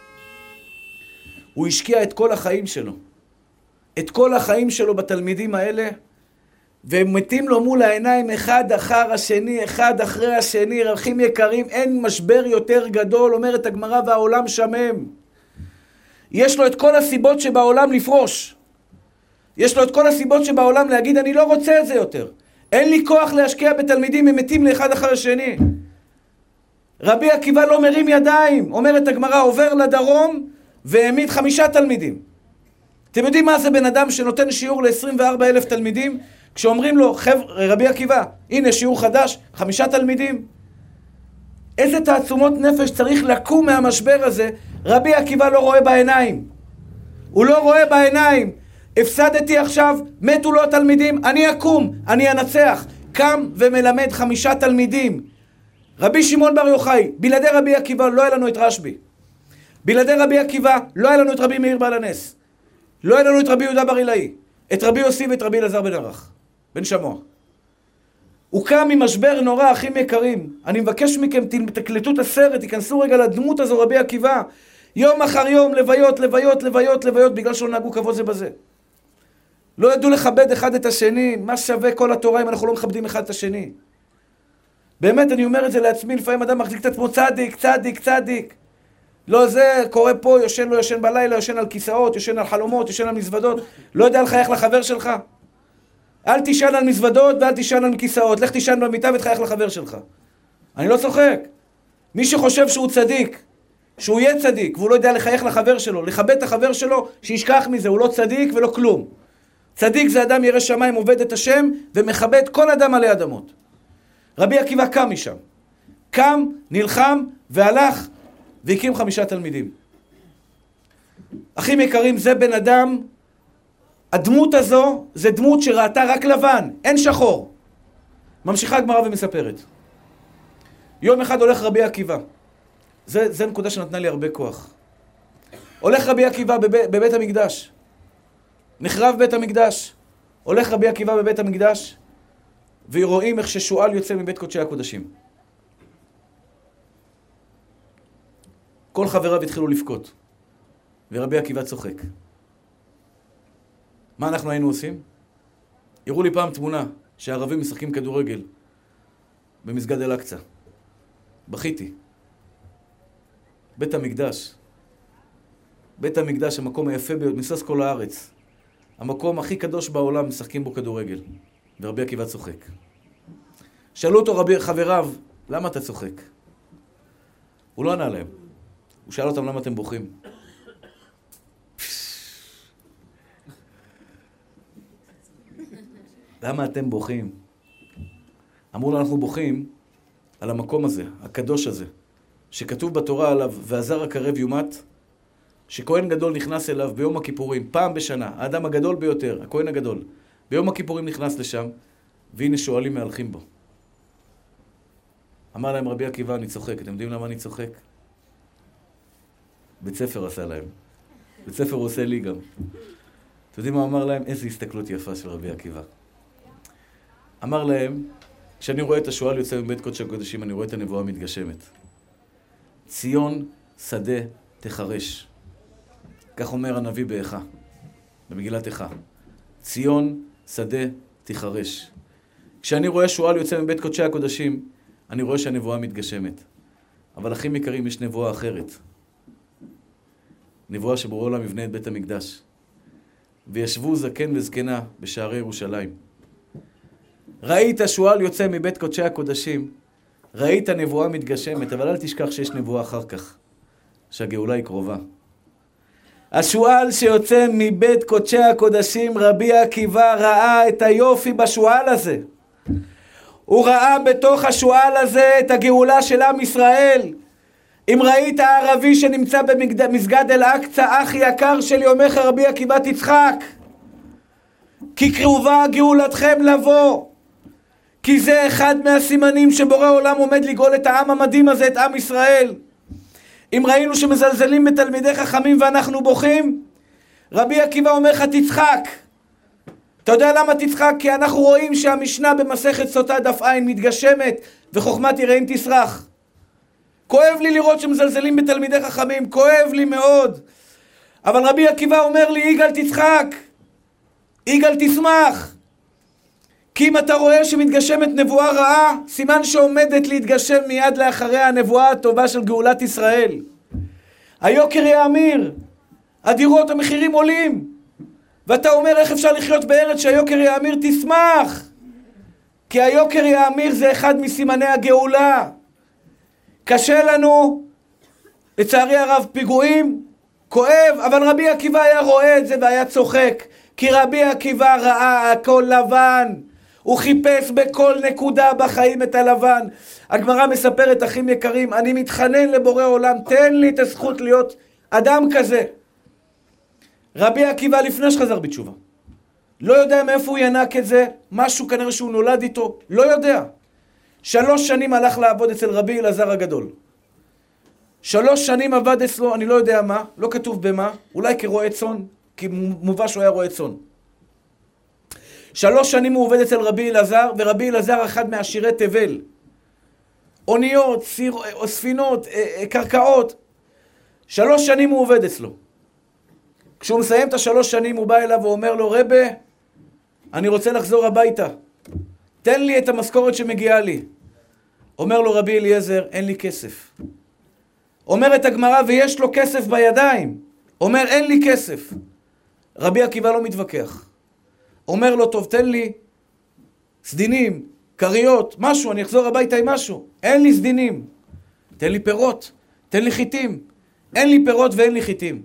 הוא השקיע את כל החיים שלו, את כל החיים שלו בתלמידים האלה, והם מתים לו מול העיניים אחד אחר השני, אחד אחרי השני, אחים יקרים, אין משבר יותר גדול, אומרת הגמרא, והעולם שמם. יש לו את כל הסיבות שבעולם לפרוש. יש לו את כל הסיבות שבעולם להגיד, אני לא רוצה את זה יותר. אין לי כוח להשקיע בתלמידים, הם מתים לאחד אחר השני. רבי עקיבא לא מרים ידיים, אומרת הגמרא, עובר לדרום והעמיד חמישה תלמידים. אתם יודעים מה זה בן אדם שנותן שיעור ל-עשרים וארבעה אלף תלמידים? כשאומרים לו, חבר'ה, רבי עקיבא, הנה שיעור חדש, חמישה תלמידים. איזה תעצומות נפש צריך לקום מהמשבר הזה? רבי עקיבא לא רואה בעיניים. הוא לא רואה בעיניים. הפסדתי עכשיו, מתו לו התלמידים, אני אקום, אני אנצח. קם ומלמד חמישה תלמידים. רבי שמעון בר יוחאי, בלעדי רבי עקיבא לא היה לנו את רשב"י. בלעדי רבי עקיבא לא היה לנו את רבי מאיר בעל הנס. לא היה לנו את רבי יהודה בר אילאי, את רבי יוסי ואת רבי אלעזר בן ערך, בן שמוע. הוא קם ממשבר נורא, אחים יקרים. אני מבקש מכם, תקלטו את הסרט, תיכנסו רגע לדמות הזו, רבי עקיבא. יום אחר יום, לוויות, לוויות, לוויות, לוויות, בגלל שלא נהגו כבוד זה בזה. לא ידעו לכבד אחד את השני. מה שווה כל התורה אם אנחנו לא מכבדים אחד את השני? באמת, אני אומר את זה לעצמי, לפעמים אדם מחזיק את עצמו צדיק, צדיק, צדיק. לא זה, קורה פה, יושן לא יושן בלילה, יושן על כיסאות, יושן על חלומות, יושן על מזוודות. לא יודע לחייך לחבר שלך. אל תישן על מזוודות ואל תישן על כיסאות. לך תישן במיטה ותחייך לחבר שלך. אני לא צוחק. מי שחושב שהוא צדיק, שהוא יהיה צדיק, והוא לא יודע לחייך לחבר שלו, לכבד את החבר שלו, שישכח מזה, הוא לא צדיק ולא כלום. צדיק זה אדם ירא שמיים, עובד את השם, ומכבד כל אדם עלי אדמות. רבי עקיבא קם משם. קם, נלחם, והלך, והקים חמישה תלמידים. אחים יקרים, זה בן אדם, הדמות הזו, זה דמות שראתה רק לבן, אין שחור. ממשיכה הגמרא ומספרת. יום אחד הולך רבי עקיבא. זה, זה נקודה שנתנה לי הרבה כוח. הולך רבי עקיבא בב, בבית המקדש. נחרב בית המקדש. הולך רבי עקיבא בבית המקדש, ורואים איך ששועל יוצא מבית קודשי הקודשים. כל חבריו התחילו לבכות, ורבי עקיבא צוחק. מה אנחנו היינו עושים? הראו לי פעם תמונה שהערבים משחקים כדורגל במסגד אל-אקצא. בכיתי. בית המקדש. בית המקדש, המקום היפה ביותר, מסוס כל הארץ. המקום הכי קדוש בעולם, משחקים בו כדורגל. ורבי עקיבא צוחק. שאלו אותו רבי, חבריו, למה אתה צוחק? הוא לא ענה להם. הוא שאל אותם למה אתם בוכים. למה אתם בוכים? אמרו לו, אנחנו בוכים על המקום הזה, הקדוש הזה, שכתוב בתורה עליו, והזר הקרב יומת, שכהן גדול נכנס אליו ביום הכיפורים, פעם בשנה, האדם הגדול ביותר, הכהן הגדול, ביום הכיפורים נכנס לשם, והנה שואלים מהלכים בו. אמר להם רבי עקיבא, אני צוחק. אתם יודעים למה אני צוחק? בית ספר עשה להם. בית ספר הוא עושה לי גם. אתם יודעים מה אמר להם? איזו הסתכלות יפה של רבי עקיבא. אמר להם, כשאני רואה את השועל יוצא מבית קודש הקודשים, אני רואה את הנבואה מתגשמת. ציון שדה תחרש. כך אומר הנביא באיכה, במגילת איכה. ציון שדה תחרש. כשאני רואה שועל יוצא מבית קודשי הקודשים, אני רואה שהנבואה מתגשמת. אבל אחים יקרים, יש נבואה אחרת. נבואה שבורא עולם יבנה את בית המקדש. וישבו זקן וזקנה בשערי ירושלים. ראית שועל יוצא מבית קודשי הקודשים, ראית נבואה מתגשמת, אבל אל תשכח שיש נבואה אחר כך, שהגאולה היא קרובה. השועל שיוצא מבית קודשי הקודשים, רבי עקיבא ראה את היופי בשועל הזה. הוא ראה בתוך השועל הזה את הגאולה של עם ישראל. אם ראית הערבי שנמצא במסגד אל-אקצא, אח יקר שלי, אומר לך רבי עקיבא, תצחק. כי קרובה גאולתכם לבוא. כי זה אחד מהסימנים שבורא עולם עומד לגאול את העם המדהים הזה, את עם ישראל. אם ראינו שמזלזלים בתלמידי חכמים ואנחנו בוכים, רבי עקיבא אומר לך תצחק. אתה יודע למה תצחק? כי אנחנו רואים שהמשנה במסכת סוטה דף עין מתגשמת, וחוכמת יראים תסרח. כואב לי לראות שמזלזלים בתלמידי חכמים, כואב לי מאוד. אבל רבי עקיבא אומר לי, יגאל תצחק, יגאל תשמח. כי אם אתה רואה שמתגשמת נבואה רעה, סימן שעומדת להתגשם מיד לאחריה הנבואה הטובה של גאולת ישראל. היוקר יאמיר, הדירות, המחירים עולים. ואתה אומר איך אפשר לחיות בארץ שהיוקר יאמיר, תשמח. כי היוקר יאמיר זה אחד מסימני הגאולה. קשה לנו, לצערי הרב, פיגועים, כואב, אבל רבי עקיבא היה רואה את זה והיה צוחק. כי רבי עקיבא ראה הכל לבן. הוא חיפש בכל נקודה בחיים את הלבן. הגמרא מספרת, אחים יקרים, אני מתחנן לבורא עולם, תן לי את הזכות להיות אדם כזה. רבי עקיבא לפני שחזר בתשובה. לא יודע מאיפה הוא ינק את זה, משהו כנראה שהוא נולד איתו, לא יודע. שלוש שנים הלך לעבוד אצל רבי אלעזר הגדול. שלוש שנים עבד אצלו, אני לא יודע מה, לא כתוב במה, אולי כרועה צאן, כי מובא שהוא היה רועה צאן. שלוש שנים הוא עובד אצל רבי אלעזר, ורבי אלעזר אחד מעשירי תבל. אוניות, סיר, ספינות, קרקעות. שלוש שנים הוא עובד אצלו. כשהוא מסיים את השלוש שנים, הוא בא אליו ואומר לו, רבי, אני רוצה לחזור הביתה. תן לי את המשכורת שמגיעה לי. אומר לו רבי אליעזר, אין לי כסף. אומרת הגמרא, ויש לו כסף בידיים. אומר, אין לי כסף. רבי עקיבא לא מתווכח. אומר לו, טוב, תן לי סדינים, קריות, משהו, אני אחזור הביתה עם משהו. אין לי סדינים. תן לי פירות, תן לי חיטים. אין לי פירות ואין לי חיטים.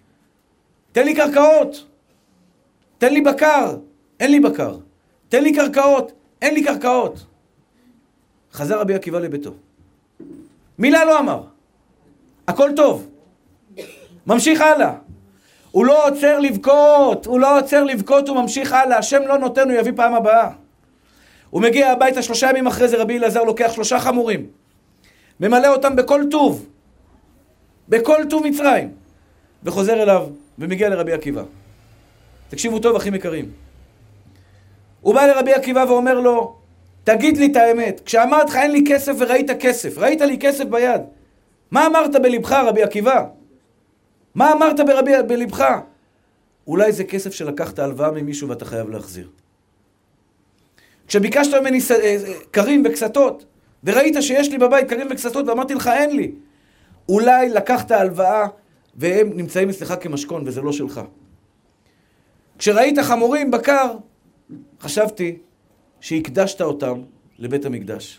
תן לי קרקעות. תן לי בקר. אין לי בקר. תן לי קרקעות. אין לי קרקעות. חזר רבי עקיבא לביתו. מילה לא אמר. הכל טוב. ממשיך הלאה. הוא לא עוצר לבכות. הוא לא עוצר לבכות, הוא ממשיך הלאה. השם לא נותן, הוא יביא פעם הבאה. הוא מגיע הביתה שלושה ימים אחרי זה, רבי אלעזר לוקח שלושה חמורים. ממלא אותם בכל טוב. בכל טוב מצרים. וחוזר אליו ומגיע לרבי עקיבא. תקשיבו טוב, אחים יקרים. הוא בא לרבי עקיבא ואומר לו, תגיד לי את האמת, כשאמרת לך אין לי כסף וראית כסף, ראית לי כסף ביד, מה אמרת בלבך רבי עקיבא? מה אמרת ברבי, בלבך? אולי זה כסף שלקחת הלוואה ממישהו ואתה חייב להחזיר. כשביקשת ממני קרים וקסתות, וראית שיש לי בבית קרים וקסתות ואמרתי לך אין לי, אולי לקחת הלוואה והם נמצאים אצלך כמשכון וזה לא שלך. כשראית חמורים בקר, חשבתי שהקדשת אותם לבית המקדש.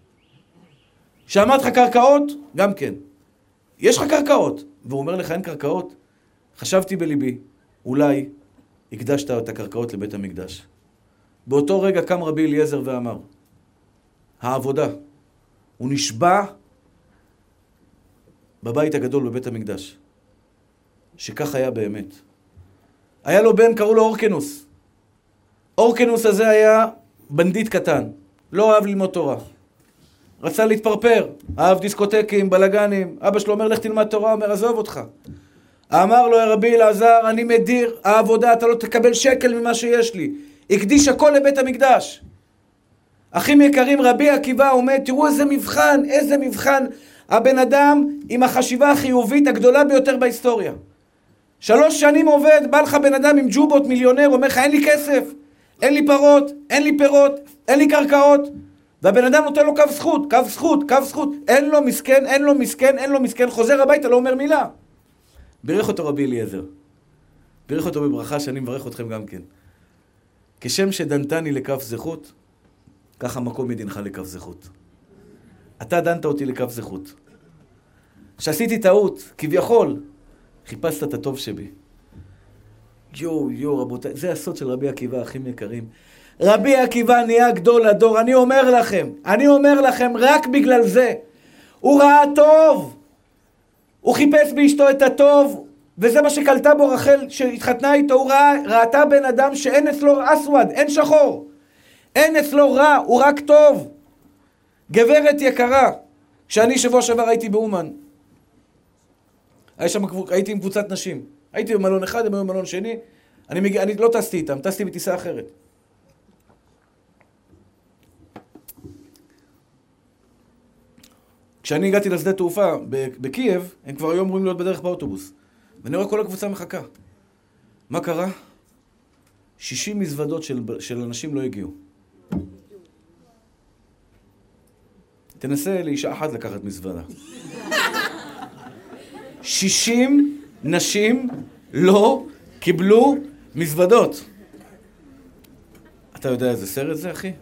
שאמרת לך קרקעות, גם כן. יש לך קרקעות, והוא אומר לך אין קרקעות, חשבתי בליבי, אולי הקדשת את הקרקעות לבית המקדש. באותו רגע קם רבי אליעזר ואמר, העבודה, הוא נשבע בבית הגדול בבית המקדש, שכך היה באמת. היה לו בן, קראו לו אורקנוס. אורקנוס הזה היה בנדיט קטן, לא אהב ללמוד תורה. רצה להתפרפר, אהב דיסקוטקים, בלגנים. אבא שלו אומר, לך תלמד תורה, אומר, עזוב אותך. אמר לו, רבי אלעזר, אני מדיר, העבודה, אתה לא תקבל שקל ממה שיש לי. הקדיש הכל לבית המקדש. אחים יקרים, רבי עקיבא עומד, תראו איזה מבחן, איזה מבחן. הבן אדם עם החשיבה החיובית הגדולה ביותר בהיסטוריה. שלוש שנים עובד, בא לך בן אדם עם ג'ובות, מיליונר, אומר לך, אין לי כסף, אין לי פרות, אין לי פירות, אין לי קרקעות. והבן אדם נותן לו קו זכות, קו זכות, קו זכות. אין לו מסכן, אין לו מסכן, אין לו מסכן. חוזר הביתה, לא אומר מילה. בירך אותו רבי אליעזר. בירך אותו בברכה שאני מברך אתכם גם כן. כשם שדנתני לכף זכות, ככה מקום מדינך לכף זכות. אתה דנת אותי לכף זכות. שעשיתי טעות, כביכול, חיפשת את הטוב שבי. יו, יו, רבותיי, זה הסוד של רבי עקיבא, אחים יקרים. רבי עקיבא נהיה גדול הדור, אני אומר לכם, אני אומר לכם, רק בגלל זה. הוא ראה טוב. הוא חיפש באשתו את הטוב, וזה מה שקלטה בו רחל שהתחתנה איתו. הוא ראה, ראתה בן אדם שאין אצלו אסווד, אין שחור. אין אצלו רע, הוא רק טוב. גברת יקרה, כשאני שבוע שעבר הייתי באומן, שם, הייתי עם קבוצת נשים. הייתי במלון אחד, הם היו במלון שני. אני, מגיע, אני לא טסתי איתם, טסתי בטיסה אחרת. כשאני הגעתי לשדה תעופה בקייב, הם כבר היו אמורים להיות בדרך באוטובוס. ואני רואה כל הקבוצה מחכה. מה קרה? שישים מזוודות של, של אנשים לא הגיעו. תנסה לאישה אחת לקחת מזוודה. שישים נשים לא קיבלו מזוודות. אתה יודע איזה סרט זה, אחי?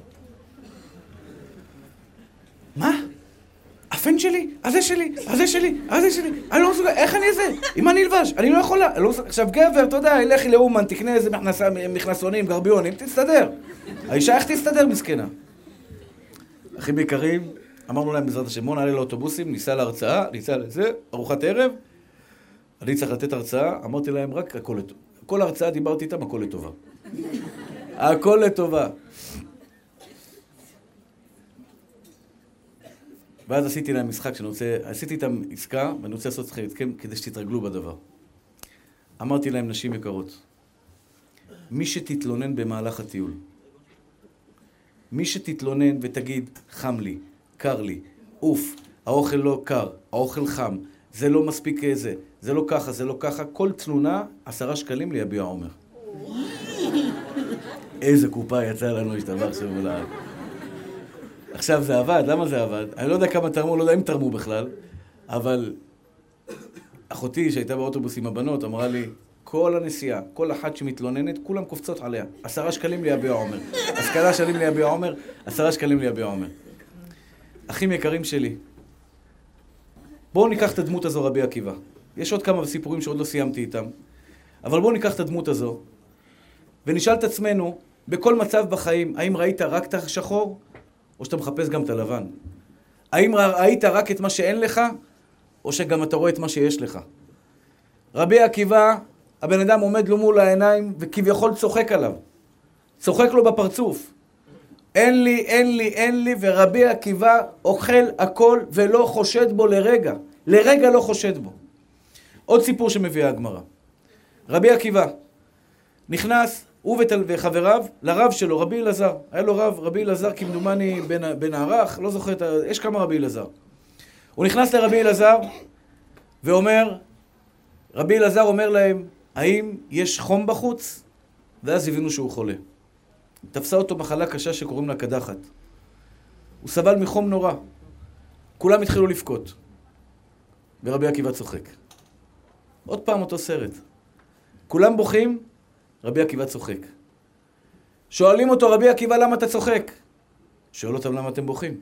מה? הפן שלי, הזה שלי, הזה שלי, הזה שלי, אני לא מסוגל, איך אני זה? אם אני אלבש, אני לא יכולה. אני לא מסוגל. עכשיו גבר, אתה יודע, לכי לאומן, תקנה איזה מכנס, מכנסונים, גרביונים, תסתדר. האישה איך תסתדר מסכנה? אחים יקרים, אמרנו להם בעזרת השם, בואו נעלה לאוטובוסים, ניסע להרצאה, ניסע לזה, ארוחת ערב. אני צריך לתת הרצאה, אמרתי להם רק הכל לטובה. כל ההרצאה דיברתי איתם, הכל לטובה. הכל לטובה. ואז עשיתי להם משחק שאני רוצה, עשיתי איתם עסקה, ואני רוצה לעשות לכם עסקה כדי שתתרגלו בדבר. אמרתי להם, נשים יקרות, מי שתתלונן במהלך הטיול, מי שתתלונן ותגיד, חם לי, קר לי, אוף, האוכל לא קר, האוכל חם, זה לא מספיק איזה, זה לא ככה, זה לא ככה, כל תלונה, עשרה שקלים ליביע עומר. איזה קופה יצא לנו, השתבח שם ולעד. עכשיו זה עבד, למה זה עבד? אני לא יודע כמה תרמו, לא יודע אם תרמו בכלל, אבל אחותי שהייתה באוטובוס עם הבנות אמרה לי, כל הנסיעה, כל אחת שמתלוננת, כולם קופצות עליה. עשרה שקלים ליביע עומר. השכלה שלים ליביע עומר, עשרה שקלים ליביע עומר. אחים יקרים שלי, בואו ניקח את הדמות הזו רבי עקיבא. יש עוד כמה סיפורים שעוד לא סיימתי איתם, אבל בואו ניקח את הדמות הזו, ונשאל את עצמנו, בכל מצב בחיים, האם ראית רק את השחור, או שאתה מחפש גם את הלבן? האם ראית רק את מה שאין לך, או שגם אתה רואה את מה שיש לך? רבי עקיבא, הבן אדם עומד לו מול העיניים, וכביכול צוחק עליו. צוחק לו בפרצוף. אין לי, אין לי, אין לי, ורבי עקיבא אוכל הכל ולא חושד בו לרגע. לרגע לא חושד בו. עוד סיפור שמביאה הגמרא. רבי עקיבא נכנס, הוא וחבריו, לרב שלו, רבי אלעזר. היה לו רב, רבי אלעזר, כמדומני בן, בן הערך, לא זוכר, יש כמה רבי אלעזר. הוא נכנס לרבי אלעזר ואומר, רבי אלעזר אומר להם, האם יש חום בחוץ? ואז הבינו שהוא חולה. תפסה אותו מחלה קשה שקוראים לה קדחת. הוא סבל מחום נורא. כולם התחילו לבכות. ורבי עקיבא צוחק. עוד פעם אותו סרט. כולם בוכים, רבי עקיבא צוחק. שואלים אותו, רבי עקיבא, למה אתה צוחק? שואל אותם, למה אתם בוכים?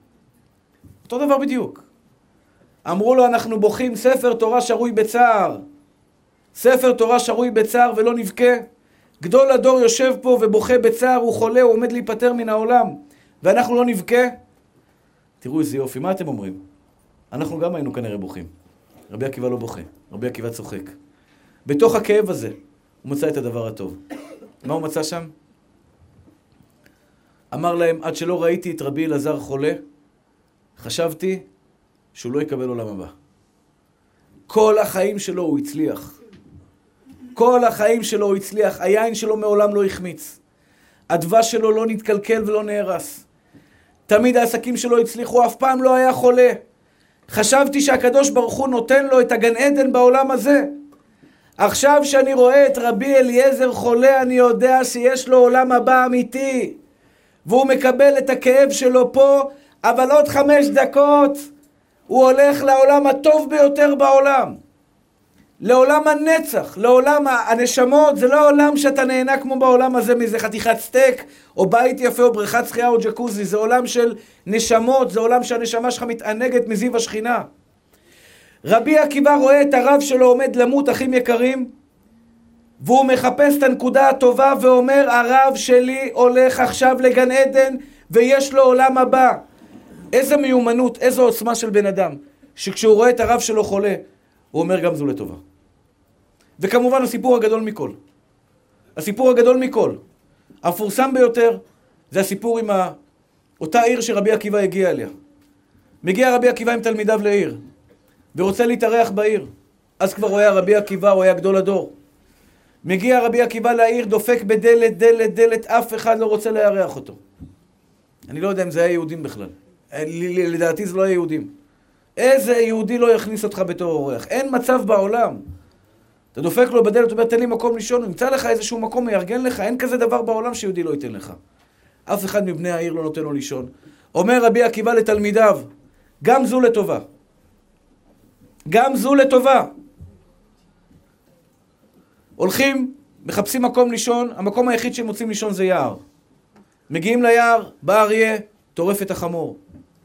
אותו דבר בדיוק. אמרו לו, אנחנו בוכים, ספר תורה שרוי בצער. ספר תורה שרוי בצער ולא נבכה. גדול הדור יושב פה ובוכה בצער, הוא חולה, הוא עומד להיפטר מן העולם. ואנחנו לא נבכה. תראו איזה יופי, מה אתם אומרים? אנחנו גם היינו כנראה בוכים. רבי עקיבא לא בוכה, רבי עקיבא צוחק. בתוך הכאב הזה, הוא מצא את הדבר הטוב. מה הוא מצא שם? אמר להם, עד שלא ראיתי את רבי אלעזר חולה, חשבתי שהוא לא יקבל עולם הבא. כל החיים שלו הוא הצליח. כל החיים שלו הוא הצליח. היין שלו מעולם לא החמיץ. הדבש שלו לא נתקלקל ולא נהרס. תמיד העסקים שלו הצליחו, אף פעם לא היה חולה. חשבתי שהקדוש ברוך הוא נותן לו את הגן עדן בעולם הזה. עכשיו שאני רואה את רבי אליעזר חולה, אני יודע שיש לו עולם הבא אמיתי. והוא מקבל את הכאב שלו פה, אבל עוד חמש דקות הוא הולך לעולם הטוב ביותר בעולם. לעולם הנצח, לעולם הנשמות. זה לא עולם שאתה נהנה כמו בעולם הזה מאיזה חתיכת סטייק, או בית יפה, או בריכת שחייה, או ג'קוזי. זה עולם של נשמות, זה עולם שהנשמה שלך מתענגת מזיו השכינה. רבי עקיבא רואה את הרב שלו עומד למות, אחים יקרים, והוא מחפש את הנקודה הטובה ואומר, הרב שלי הולך עכשיו לגן עדן ויש לו עולם הבא. איזה מיומנות, איזו עוצמה של בן אדם, שכשהוא רואה את הרב שלו חולה, הוא אומר גם זו לטובה. וכמובן הסיפור הגדול מכל. הסיפור הגדול מכל. המפורסם ביותר זה הסיפור עם ה... אותה עיר שרבי עקיבא הגיע אליה. מגיע רבי עקיבא עם תלמידיו לעיר, ורוצה להתארח בעיר. אז כבר הוא היה רבי עקיבא, הוא היה גדול הדור. מגיע רבי עקיבא לעיר, דופק בדלת, דלת, דלת, אף אחד לא רוצה לארח אותו. אני לא יודע אם זה היה יהודים בכלל. לדעתי זה לא היה יהודים. איזה יהודי לא יכניס אותך בתור אורח? אין מצב בעולם. אתה דופק לו בדלת, אומר, תן לי מקום לישון, הוא ימצא לך איזשהו מקום, יארגן לך. אין כזה דבר בעולם שיהודי לא ייתן לך. אף אחד מבני העיר לא נותן לו לישון. אומר רבי עקיבא לתלמידיו, גם זו לטובה. גם זו לטובה. הולכים, מחפשים מקום לישון, המקום היחיד שהם מוצאים לישון זה יער. מגיעים ליער, בא אריה, טורף את החמור.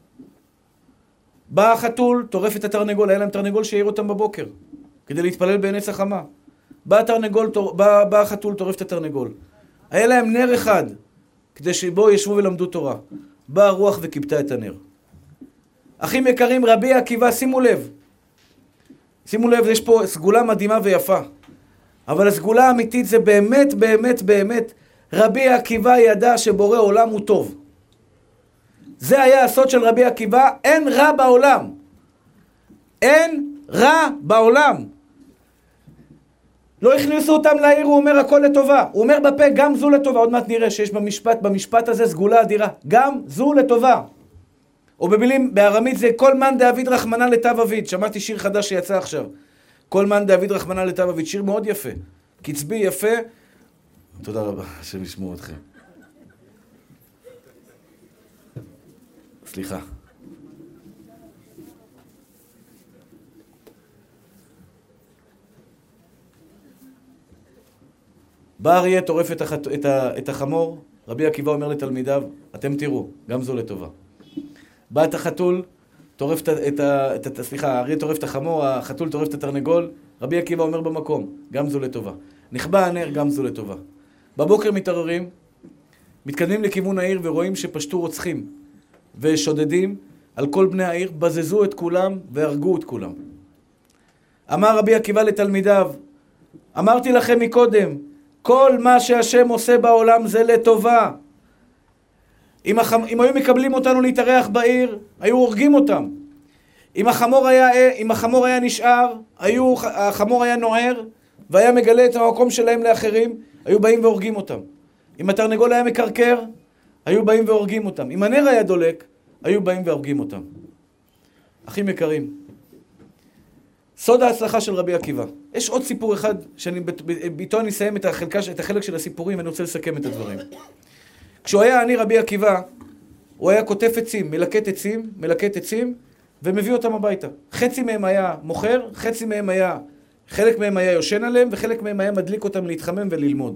בא החתול, טורף את התרנגול, היה להם תרנגול שהעיר אותם בבוקר, כדי להתפלל בעץ החמה. בא התרנגול, בא, בא החתול, טורף את התרנגול. היה להם נר אחד, כדי שבו ישבו ולמדו תורה. באה הרוח וכיבתה את הנר. אחים יקרים, רבי עקיבא, שימו לב. שימו לב, יש פה סגולה מדהימה ויפה. אבל הסגולה האמיתית זה באמת, באמת, באמת, רבי עקיבא ידע שבורא עולם הוא טוב. זה היה הסוד של רבי עקיבא, אין רע בעולם. אין רע בעולם. לא הכניסו אותם לעיר, הוא אומר הכל לטובה. הוא אומר בפה, גם זו לטובה. עוד מעט נראה שיש במשפט, במשפט הזה סגולה אדירה. גם זו לטובה. או במילים, בארמית זה כל מן דאביד רחמנא לטב אביד. שמעתי שיר חדש שיצא עכשיו. כל מן דאביד רחמנא לטב אביד. שיר מאוד יפה. קצבי יפה. תודה רבה, השם ישמור אתכם. סליחה. בא אריה, טורף את, החת... את, ה... את החמור, רבי עקיבא אומר לתלמידיו, אתם תראו, גם זו לטובה. בא את החתול, טורף את, את, את, את סליחה, האריה טורף את החמור, החתול טורף את התרנגול, רבי עקיבא אומר במקום, גם זו לטובה. נכבה הנר, גם זו לטובה. בבוקר מתעוררים, מתקדמים לכיוון העיר ורואים שפשטו רוצחים ושודדים על כל בני העיר, בזזו את כולם והרגו את כולם. אמר רבי עקיבא לתלמידיו, אמרתי לכם מקודם, כל מה שהשם עושה בעולם זה לטובה. אם, הח... אם היו מקבלים אותנו להתארח בעיר, היו הורגים אותם. אם החמור היה, אם החמור היה נשאר, היו... החמור היה נוער, והיה מגלה את המקום שלהם לאחרים, היו באים והורגים אותם. אם התרנגול היה מקרקר, היו באים והורגים אותם. אם הנר היה דולק, היו באים והורגים אותם. אחים יקרים, סוד ההצלחה של רבי עקיבא. יש עוד סיפור אחד, שבאיתו אני אסיים את, החלקה, את החלק של הסיפורים, ואני רוצה לסכם את הדברים. כשהוא היה אני רבי עקיבא, הוא היה כותף עצים, מלקט עצים, מלקט עצים, ומביא אותם הביתה. חצי מהם היה מוכר, חצי מהם היה, חלק מהם היה יושן עליהם, וחלק מהם היה מדליק אותם להתחמם וללמוד.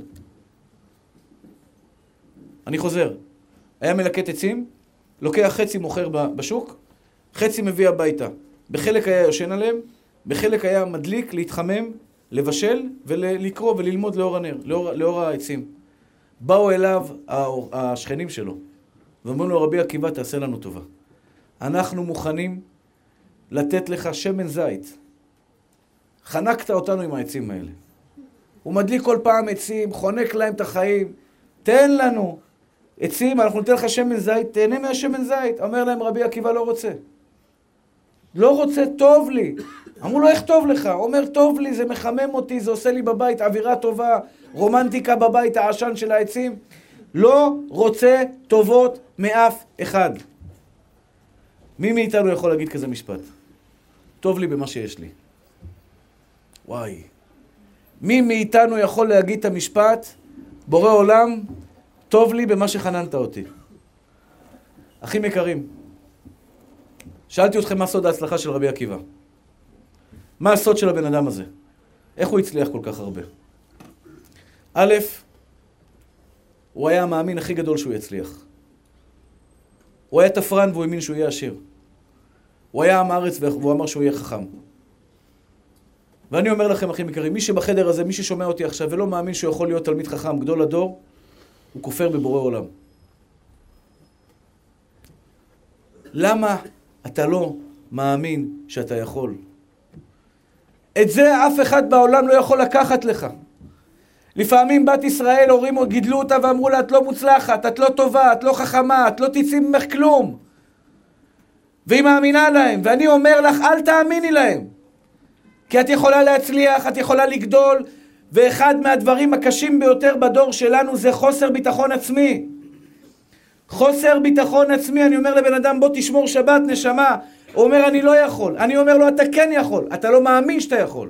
אני חוזר. היה מלקט עצים, לוקח חצי מוכר בשוק, חצי מביא הביתה. בחלק היה יושן עליהם, בחלק היה מדליק, להתחמם, לבשל ולקרוא וללמוד לאור הנר, לאור, לאור העצים. באו אליו השכנים שלו, ואומרים לו, רבי עקיבא, תעשה לנו טובה. אנחנו מוכנים לתת לך שמן זית. חנקת אותנו עם העצים האלה. הוא מדליק כל פעם עצים, חונק להם את החיים. תן לנו עצים, אנחנו ניתן לך שמן זית, תהנה מהשמן זית. אומר להם, רבי עקיבא לא רוצה. לא רוצה, טוב לי. אמרו לו, איך טוב לך? אומר, טוב לי, זה מחמם אותי, זה עושה לי בבית אווירה טובה, רומנטיקה בבית, העשן של העצים. לא רוצה טובות מאף אחד. מי מאיתנו יכול להגיד כזה משפט? טוב לי במה שיש לי. וואי. מי מאיתנו יכול להגיד את המשפט, בורא עולם, טוב לי במה שחננת אותי? אחים יקרים, שאלתי אתכם מה סוד ההצלחה של רבי עקיבא. מה הסוד של הבן אדם הזה? איך הוא הצליח כל כך הרבה? א', הוא היה המאמין הכי גדול שהוא יצליח. הוא היה תפרן והוא האמין שהוא יהיה עשיר. הוא היה עם הארץ והוא אמר שהוא יהיה חכם. ואני אומר לכם, אחים יקרים, מי שבחדר הזה, מי ששומע אותי עכשיו ולא מאמין שהוא יכול להיות תלמיד חכם, גדול הדור, הוא כופר בבורא עולם. למה אתה לא מאמין שאתה יכול? את זה אף אחד בעולם לא יכול לקחת לך. לפעמים בת ישראל, הורים גידלו אותה ואמרו לה, את לא מוצלחת, את לא טובה, את לא חכמה, את לא תצאי ממך כלום. והיא מאמינה להם, ואני אומר לך, אל תאמיני להם. כי את יכולה להצליח, את יכולה לגדול, ואחד מהדברים הקשים ביותר בדור שלנו זה חוסר ביטחון עצמי. חוסר ביטחון עצמי, אני אומר לבן אדם, בוא תשמור שבת, נשמה. הוא אומר, אני לא יכול. אני אומר לו, אתה כן יכול. אתה לא מאמין שאתה יכול.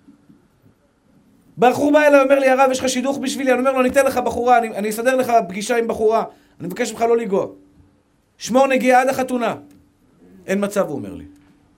בחור בא אליי, אומר לי, הרב, יש לך שידוך בשבילי. אני אומר לו, אני אתן לך בחורה, אני, אני אסדר לך פגישה עם בחורה. אני מבקש ממך לא לגוע. שמור נגיעה עד החתונה. אין מצב, הוא אומר לי.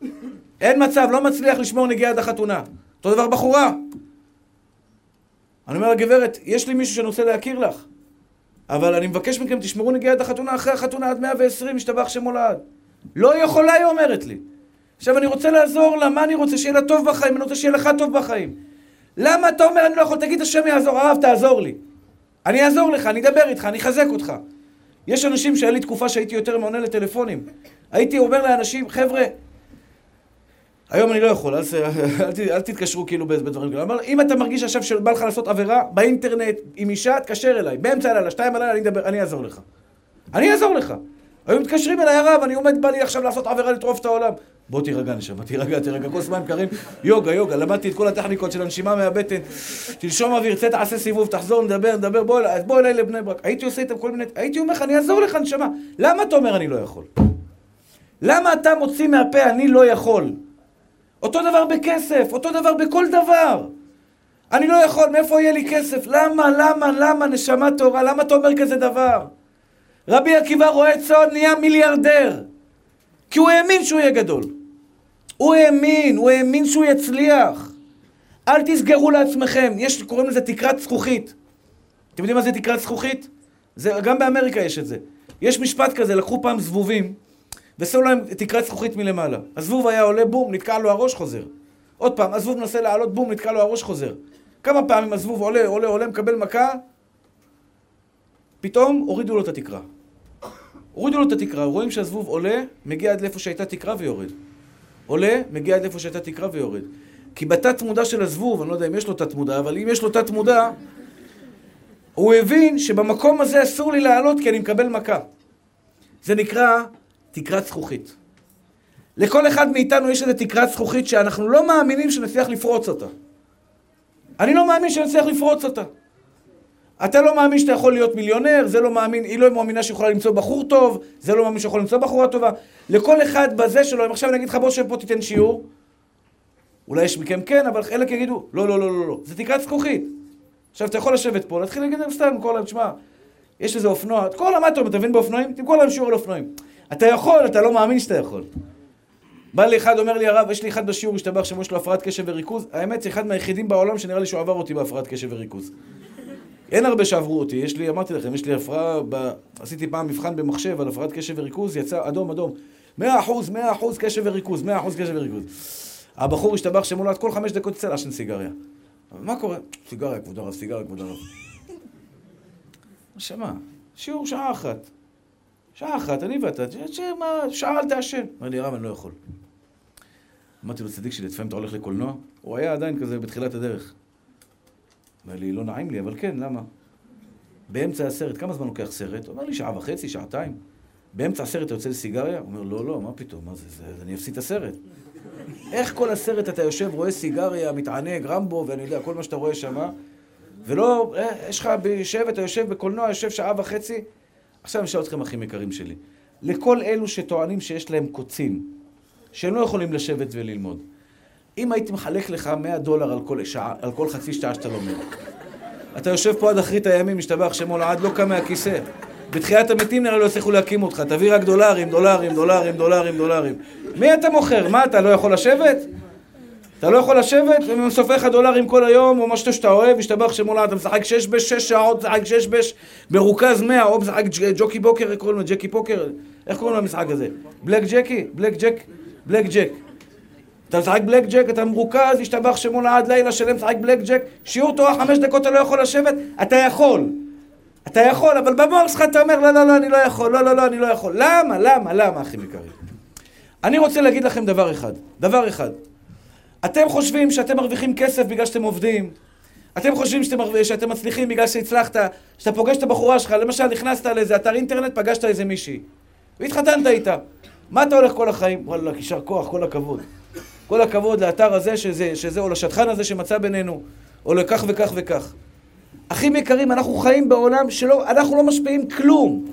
אין מצב, לא מצליח לשמור נגיעה עד החתונה. אותו דבר בחורה. אני אומר לגברת, יש לי מישהו שאני רוצה להכיר לך, אבל אני מבקש מכם, תשמרו נגיעה עד החתונה, אחרי החתונה עד מאה ועשרים, משתבח שם לעד. לא יכולה, היא אומרת לי. עכשיו אני רוצה לעזור לה, מה אני רוצה? שיהיה לה טוב בחיים, אני רוצה שיהיה לך טוב בחיים. למה אתה אומר, אני לא יכול, תגיד, השם יעזור, הרב, תעזור לי. אני אעזור לך, אני אדבר איתך, אני אחזק אותך. יש אנשים שהיה לי תקופה שהייתי יותר מעונה לטלפונים. הייתי אומר לאנשים, חבר'ה, היום אני לא יכול, אל, אל, אל תתקשרו כאילו בדברים כאלה. אבל אם אתה מרגיש עכשיו שבא לך לעשות עבירה באינטרנט עם אישה, תקשר אליי. באמצע הלילה, שתיים הלילה, אני אדבר, אני אעזור לך. אני אעזור לך. היום מתקשרים אליי, הרב, אני עומד, בא לי עכשיו לעשות עבירה לטרוף את העולם. בוא תירגע נשמה, תירגע, תירגע, כל זמן קרים, יוגה, יוגה, למדתי את כל הטכניקות של הנשימה מהבטן, תלשום אוויר, צא, תעשה סיבוב, תחזור, נדבר, נדבר, בוא, בוא אליי לבני ברק. הייתי עושה איתם כל מיני, הייתי אומר לך, אני אעזור לך נשמה. למה אתה אומר אני לא יכול? למה אתה מוציא מהפה אני לא יכול? אותו דבר בכסף, אותו דבר בכל דבר. אני לא יכול, מאיפה יהיה לי כסף? למה, למה, למה, נשמה תורה, למה אתה אומר כזה דבר? רבי עקיבא רואה צאן, נהיה מיליארדר. כי הוא האמין שהוא יהיה גדול. הוא האמין, הוא האמין שהוא יצליח. אל תסגרו לעצמכם. יש, קוראים לזה תקרת זכוכית. אתם יודעים מה זה תקרת זכוכית? זה, גם באמריקה יש את זה. יש משפט כזה, לקחו פעם זבובים, ושמו להם תקרת זכוכית מלמעלה. הזבוב היה עולה, בום, נתקע לו הראש, חוזר. עוד פעם, הזבוב מנסה לעלות, בום, נתקע לו הראש, חוזר. כמה פעמים הזבוב עולה, עולה, עולה, מקבל מכה, פתאום הורידו לו את התקרה. הורידו לו את התקרה, רואים שהזבוב עולה, מגיע עד לאיפה שהייתה תקרה ויורד. עולה, מגיע עד לאיפה שהייתה תקרה ויורד. כי בתת מודע של הזבוב, אני לא יודע אם יש לו תת מודע, אבל אם יש לו תת מודע, הוא הבין שבמקום הזה אסור לי לעלות כי אני מקבל מכה. זה נקרא תקרת זכוכית. לכל אחד מאיתנו יש איזו תקרת זכוכית שאנחנו לא מאמינים שנצליח לפרוץ אותה. אני לא מאמין שנצליח לפרוץ אותה. אתה לא מאמין שאתה יכול להיות מיליונר, זה לא מאמין, היא לא מאמינה שיכולה למצוא בחור טוב, זה לא מאמין שיכול למצוא בחורה טובה. לכל אחד בזה שלו, אם עכשיו אני אגיד לך בוא שפה תיתן שיעור, אולי יש מכם כן, אבל חלק יגידו, לא, לא, לא, לא, לא, זה תקרת זכוכית. עכשיו אתה יכול לשבת פה, להתחיל להגיד להם סתם, כל להם, תשמע, יש איזה אופנוע, כל המטו, אתה מבין באופנועים? תמכור להם שיעור על אופנועים. אתה יכול, אתה לא מאמין שאתה יכול. בא לי אחד, אומר לי הרב, יש לי אחד בשיעור, השתבח שמו יש לו הפרעת קשב וריכוז. האמת, זה אחד מהיחידים בעולם שנראה לי שהוא עבר אותי בהפרעת קשב וריכוז. אין הרבה שעברו אותי, יש לי, אמרתי לכם, יש לי הפרעה, ב... עשיתי פעם מבחן במחשב על הפרעת קשב וריכוז, יצא אדום אדום. מאה אחוז, מאה אחוז קשב וריכוז, מאה אחוז קשב וריכוז. הבחור השתבח שמולד כל חמש דקות יצא לעשן סיגריה. מה קורה? סיגריה, כבוד הרב, סיגריה, כבוד הרב. שמה, שיעור שעה אחת. שעה אחת, אני ואתה, שמה, שעה אל תעשן. אמר לי, הרב, אני לא יכול. אמרתי לו, צדיק שלי, לפעמים אתה הולך לקולנוע? הוא היה עדיין כזה בתחילת הדרך. אמר לי, לא נעים לי, אבל כן, למה? באמצע הסרט, כמה זמן לוקח סרט? הוא אומר לי, שעה וחצי, שעתיים. באמצע הסרט אתה יוצא לסיגריה? הוא אומר, לא, לא, מה פתאום? מה זה, זה, אני אפסיד את הסרט. איך כל הסרט אתה יושב, רואה סיגריה, מתענג, רמבו, ואני יודע, כל מה שאתה רואה שמה, ולא, אה, יש לך בישב, אתה יושב בקולנוע, יושב שעה וחצי, עכשיו אני אשאל אתכם אחים יקרים שלי. לכל אלו שטוענים שיש להם קוצים, שהם לא יכולים לשבת וללמוד, אם הייתי מחלק לך מאה דולר על כל שעה, על כל חצי שעה שאתה לומד, אתה יושב פה עד אחרית הימים, משתבח שמו לעד, לא קם מהכיסא. בתחיית המתים נראה לא יצליחו להקים אותך, תביא רק דולרים, דולרים, דולרים, דולרים, דולרים. מי אתה מוכר? מה, אתה לא יכול לשבת? אתה לא יכול לשבת? ומסופר לך דולרים כל היום, או משהו שאתה אוהב, משתבח שמו לעד, אתה משחק שש בש, שש שעות, משחק שש בש, ברוכז מאה, או משחק ג'וקי בוקר, איך קוראים לו? ג'קי פוקר? איך קוראים לו המשחק הזה? בלק ג'קי? בלק ג'ק? בלק ג'ק. אתה משחק בלק ג'ק, אתה מרוכז, השתבח שמו לעד לילה שלם, משחק בלק ג'ק, שיעור תורה חמש דקות אתה לא יכול לשבת, אתה יכול. אתה יכול, אבל במוח שלך אתה אומר, לא, לא, לא, אני לא יכול, לא, לא, לא, אני לא יכול. למה, למה, למה, אחים יקרים? אני רוצה להגיד לכם דבר אחד, דבר אחד. אתם חושבים שאתם מרוויחים כסף בגלל שאתם עובדים. אתם חושבים שאתם, מרוויח, שאתם מצליחים בגלל שהצלחת, שאתה פוגש את הבחורה שלך, למשל נכנסת לאיזה אתר אינטרנט, פגשת איזה מישהי, והתחתנת איתה. מה אתה הולך כל החיים? וואלה, יישר כוח, כל הכבוד. כל הכבוד לאתר הזה, שזה, שזה, או לשטחן הזה שמצא בינינו, או לכך וכך וכך. אחים יקרים, אנחנו חיים בעולם שלא, אנחנו לא משפיעים כלום.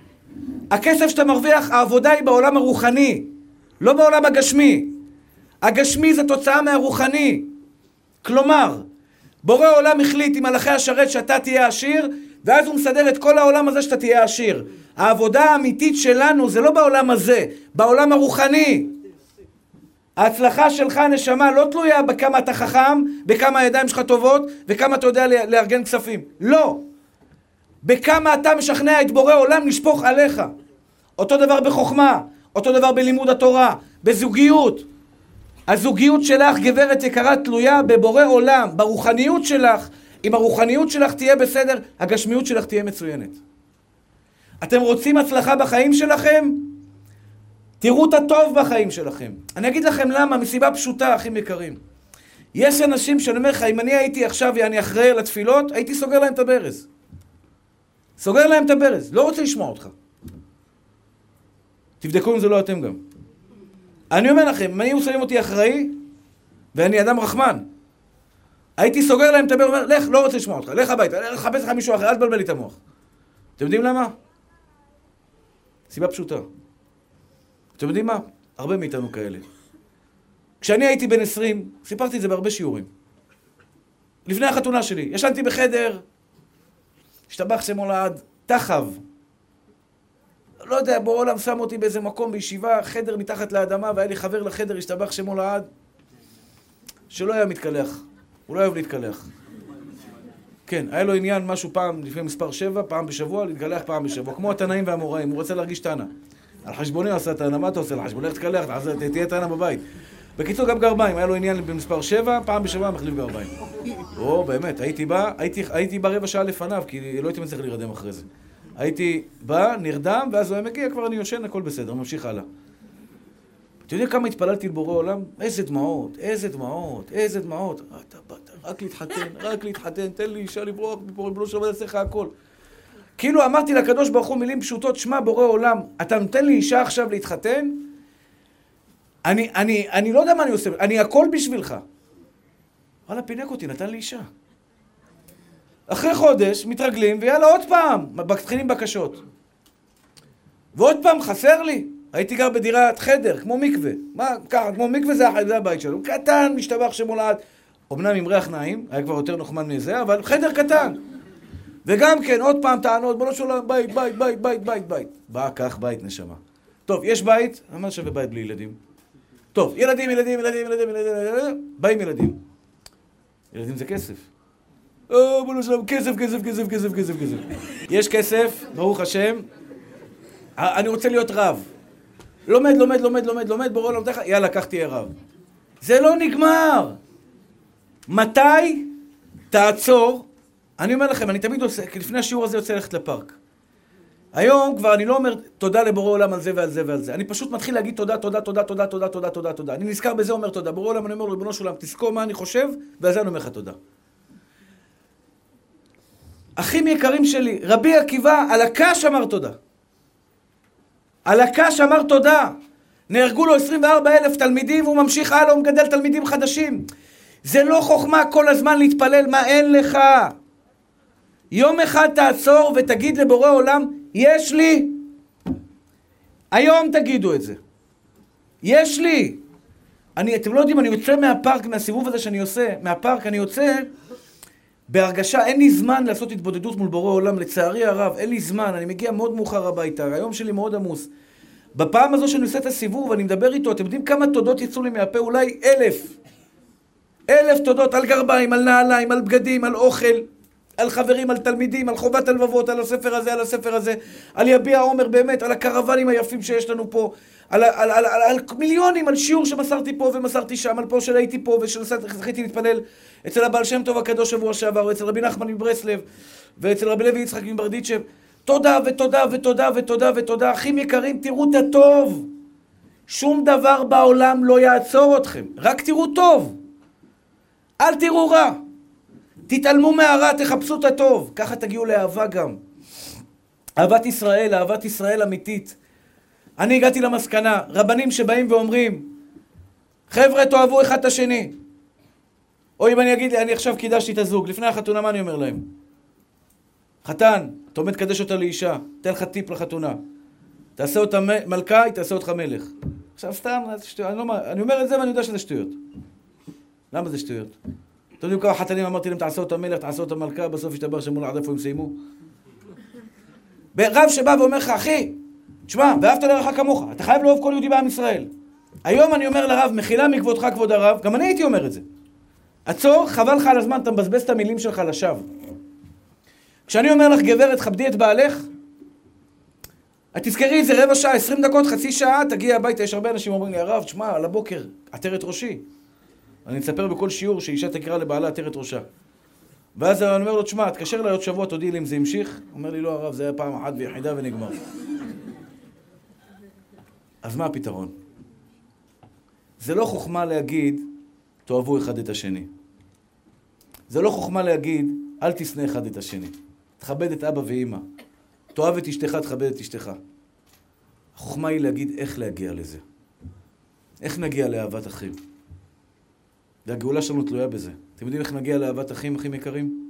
הכסף שאתה מרוויח, העבודה היא בעולם הרוחני, לא בעולם הגשמי. הגשמי זה תוצאה מהרוחני. כלומר, בורא העולם החליט עם מלאכי השרת שאתה תהיה עשיר, ואז הוא מסדר את כל העולם הזה שאתה תהיה עשיר. העבודה האמיתית שלנו זה לא בעולם הזה, בעולם הרוחני. ההצלחה שלך, נשמה, לא תלויה בכמה אתה חכם, בכמה הידיים שלך טובות, וכמה אתה יודע לארגן כספים. לא. בכמה אתה משכנע את בורא עולם לשפוך עליך. אותו דבר בחוכמה, אותו דבר בלימוד התורה, בזוגיות. הזוגיות שלך, גברת יקרה, תלויה בבורא עולם, ברוחניות שלך. אם הרוחניות שלך תהיה בסדר, הגשמיות שלך תהיה מצוינת. אתם רוצים הצלחה בחיים שלכם? תראו את הטוב בחיים שלכם. אני אגיד לכם למה, מסיבה פשוטה, אחים יקרים. יש אנשים שאני אומר לך, אם אני הייתי עכשיו ואני אחראי על התפילות, הייתי סוגר להם את הברז. סוגר להם את הברז, לא רוצה לשמוע אותך. תבדקו אם זה לא אתם גם. אני אומר לכם, אם אני שמים אותי אחראי, ואני אדם רחמן, הייתי סוגר להם את הברז, אומר, לך, לא רוצה לשמוע אותך, לך הביתה, לך חפש לך מישהו אחר, אל תבלבל לי את המוח. אתם יודעים למה? סיבה פשוטה. אתם יודעים מה? הרבה מאיתנו כאלה. כשאני הייתי בן עשרים, סיפרתי את זה בהרבה שיעורים. לפני החתונה שלי, ישנתי בחדר, השתבח שמו לעד, תחב. לא יודע, בורא עולם שם אותי באיזה מקום בישיבה, חדר מתחת לאדמה, והיה לי חבר לחדר, השתבח שמו לעד, שלא היה מתקלח. הוא לא אוהב להתקלח. כן, היה לו עניין משהו פעם, לפני מספר שבע, פעם בשבוע, להתקלח פעם בשבוע. כמו התנאים והמוראים, הוא רוצה להרגיש תנא. על חשבוני הוא עשה תנא, מה אתה עושה? על חשבוני איך תקלח, תהיה תנא בבית. בקיצור, גם גרביים, היה לו עניין במספר שבע, פעם בשבוע מחליף גרביים. או, באמת, הייתי בא, הייתי, הייתי בא רבע שעה לפניו, כי לא הייתי מצליח להירדם אחרי זה. הייתי בא, נרדם, ואז הוא היה מגיע, כבר אני יושן, הכל בסדר, ממשיך הלאה. אתה יודע כמה התפללתי לבורא עולם? איזה דמעות, איזה דמעות, איזה דמעות. אתה באת, רק להתחתן, רק להתחתן, תן לי אישה לברוח, בורא שלו ועשה לך הכל. כאילו אמרתי לקדוש ברוך הוא מילים פשוטות, שמע בורא עולם, אתה נותן לי אישה עכשיו להתחתן? אני, אני, אני לא יודע מה אני עושה, אני הכל בשבילך. וואלה, פינק אותי, נתן לי אישה. אחרי חודש מתרגלים, ויאללה עוד פעם, מתחילים בקשות. ועוד פעם חסר לי. הייתי גר בדירת חדר, כמו מקווה. מה, ככה, כמו מקווה זה, זה הבית שלו. קטן, משתבח שמולד. אמנם עם ריח נעים, היה כבר יותר נחמד מזה, אבל חדר קטן. וגם כן, עוד פעם טענות, בוא לא שולה, בית, בית, בית, בית, בית, בית. בא, כך בית נשמה. טוב, יש בית, מה שווה בית בלי ילדים? טוב, ילדים, ילדים, ילדים, ילדים, ילדים, ילדים, באים ילדים. ילדים זה כסף. או, בוא לא שולה, כסף, כסף, כסף, כסף, כסף, כסף. יש כסף, ברוך השם. אני רוצה להיות רב. לומד, לומד, לומד, לומד, לומד, בורא עולם, יאללה, קח תהיה רב. זה לא נגמר. מתי תעצור? אני אומר לכם, אני תמיד עושה, כי לפני השיעור הזה יוצא ללכת לפארק. היום כבר אני לא אומר תודה לבורא עולם על זה ועל זה ועל זה. אני פשוט מתחיל להגיד תודה, תודה, תודה, תודה, תודה, תודה, תודה, תודה. אני נזכר בזה, אומר תודה. בורא עולם, אני אומר ריבונו של עולם, תזכור מה אני חושב, ועל זה אני אומר לך תודה. אחים יקרים שלי, רבי עקיבא על הקש אמר תודה. על הקש אמר תודה. נהרגו לו עשרים וארבעה אלף תלמידים, והוא ממשיך הלאה, הוא מגדל תלמידים חדשים. זה לא חוכמה כל הזמן להתפלל, מה אין לך? יום אחד תעצור ותגיד לבורא עולם, יש לי. היום תגידו את זה. יש לי. אני, אתם לא יודעים, אני יוצא מהפארק, מהסיבוב הזה שאני עושה, מהפארק אני יוצא, בהרגשה, אין לי זמן לעשות התבודדות מול בורא עולם, לצערי הרב, אין לי זמן, אני מגיע מאוד מאוחר הביתה, היום שלי מאוד עמוס. בפעם הזו שאני עושה את הסיבוב, ואני מדבר איתו, אתם יודעים כמה תודות יצאו לי מהפה? אולי אלף. אלף תודות על גרביים, על נעליים, על בגדים, על אוכל, על חברים, על תלמידים, על חובת הלבבות, על הספר הזה, על הספר הזה, על יביע עומר באמת, על הקרוונים היפים שיש לנו פה, על, על, על, על, על מיליונים, על שיעור שמסרתי פה ומסרתי שם, על פה שהייתי פה ושזכיתי להתפלל אצל הבעל שם טוב הקדוש שבוע שעבר, ואצל רבי נחמן מברסלב, ואצל רבי לוי יצחק מברדיצ'ב. תודה ותודה ותודה ותודה ותודה. אחים יקרים, תראו את הטוב. שום דבר בעולם לא יעצור אתכם. רק תראו טוב. אל תראו רע. תתעלמו מהרע, תחפשו את הטוב. ככה תגיעו לאהבה גם. אהבת ישראל, אהבת ישראל אמיתית. אני הגעתי למסקנה, רבנים שבאים ואומרים, חבר'ה תאהבו אחד את השני. או אם אני אגיד, אני עכשיו קידשתי את הזוג, לפני החתונה מה אני אומר להם? חתן, אתה עומד קדש אותה לאישה, תן לך טיפ לחתונה. תעשה אותה מלכה, היא תעשה אותך מלך. עכשיו סתם, אני, לא, אני אומר את זה ואני יודע שזה שטויות. למה זה שטויות? אתם יודעים כמה חתנים אמרתי להם, תעשה אותה מלך, תעשה אותה מלכה, בסוף ישתבר שמול עד איפה הם סיימו. רב שבא ואומר לך, אחי, תשמע, ואהבת לרעך כמוך, אתה חייב לאהוב כל יהודי בעם ישראל. היום אני אומר לרב, מחילה מכבודך כבוד הרב, גם אני הייתי אומר את זה. עצור, חבל לך על הזמן, אתה מבזבז את המילים שלך לשווא. כשאני אומר לך, גברת, כבדי את בעלך, את תזכרי את זה רבע שעה, עשרים דקות, חצי שעה, תגיע הביתה. יש הרבה אנשים אומרים לי, הרב, תשמע, על הבוקר, עטרת ראשי. אני אספר בכל שיעור שאישה תקרא לבעלה עטרת ראשה. ואז אני אומר לו, תשמע, תקשר לי עוד שבוע, תודיע לי אם זה המשיך. הוא אומר לי, לא הרב, זה היה פעם אחת ויחידה ונגמר. אז מה הפתרון? זה לא חוכמה להגיד, תאהבו אחד את השני. זה לא חוכמה להגיד, אל תשנא אחד את השני. תכבד את אבא ואמא. תאהב את אשתך, תכבד את אשתך. החוכמה היא להגיד איך להגיע לזה. איך נגיע לאהבת אחים. והגאולה שלנו תלויה בזה. אתם יודעים איך נגיע לאהבת אחים, אחים יקרים?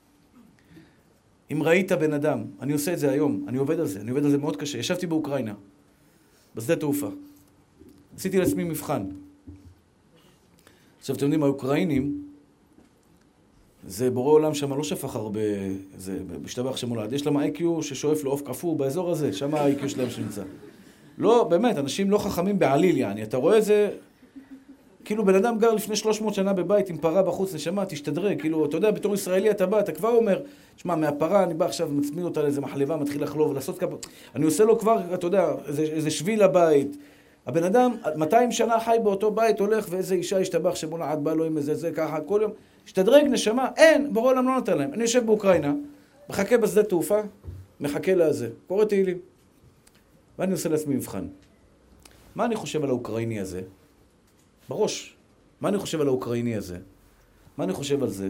אם ראית בן אדם, אני עושה את זה היום, אני עובד על זה, אני עובד על זה מאוד קשה. ישבתי באוקראינה, בשדה תעופה. עשיתי לעצמי מבחן. עכשיו, אתם יודעים, האוקראינים, זה בורא עולם שם לא שפך הרבה, זה משתבח שמולד. יש להם איי קיו ששואף לעוף קפוא באזור הזה, שם ה-איי קיו שלהם שנמצא. לא, באמת, אנשים לא חכמים בעליל, יעני. אתה רואה את זה, כאילו בן אדם גר לפני שלוש מאות שנה בבית עם פרה בחוץ, נשמה, תשתדרג. כאילו, אתה יודע, בתור ישראלי אתה בא, אתה כבר אומר, תשמע, מהפרה אני בא עכשיו, מצמיד אותה לאיזה מחלבה, מתחיל לחלוב ולעשות כמה... אני עושה לו כבר, אתה יודע, איזה, איזה שביל לבית. הבן אדם, מאתיים שנה חי באותו בית, הולך, ואיזה אישה השתבח שמולד, בא לו עם איזה זה, ככה, כל יום. השתדרג, נשמה, אין, בורא עולם לא נתן להם. אני יושב באוקראינה, מחכה בשדה תעופה, מחכה לזה, קורא תהילים. ואני עושה לעצמי מבחן. מה אני חושב על האוקראיני הזה? בראש. מה אני חושב על האוקראיני הזה? מה אני חושב על זה?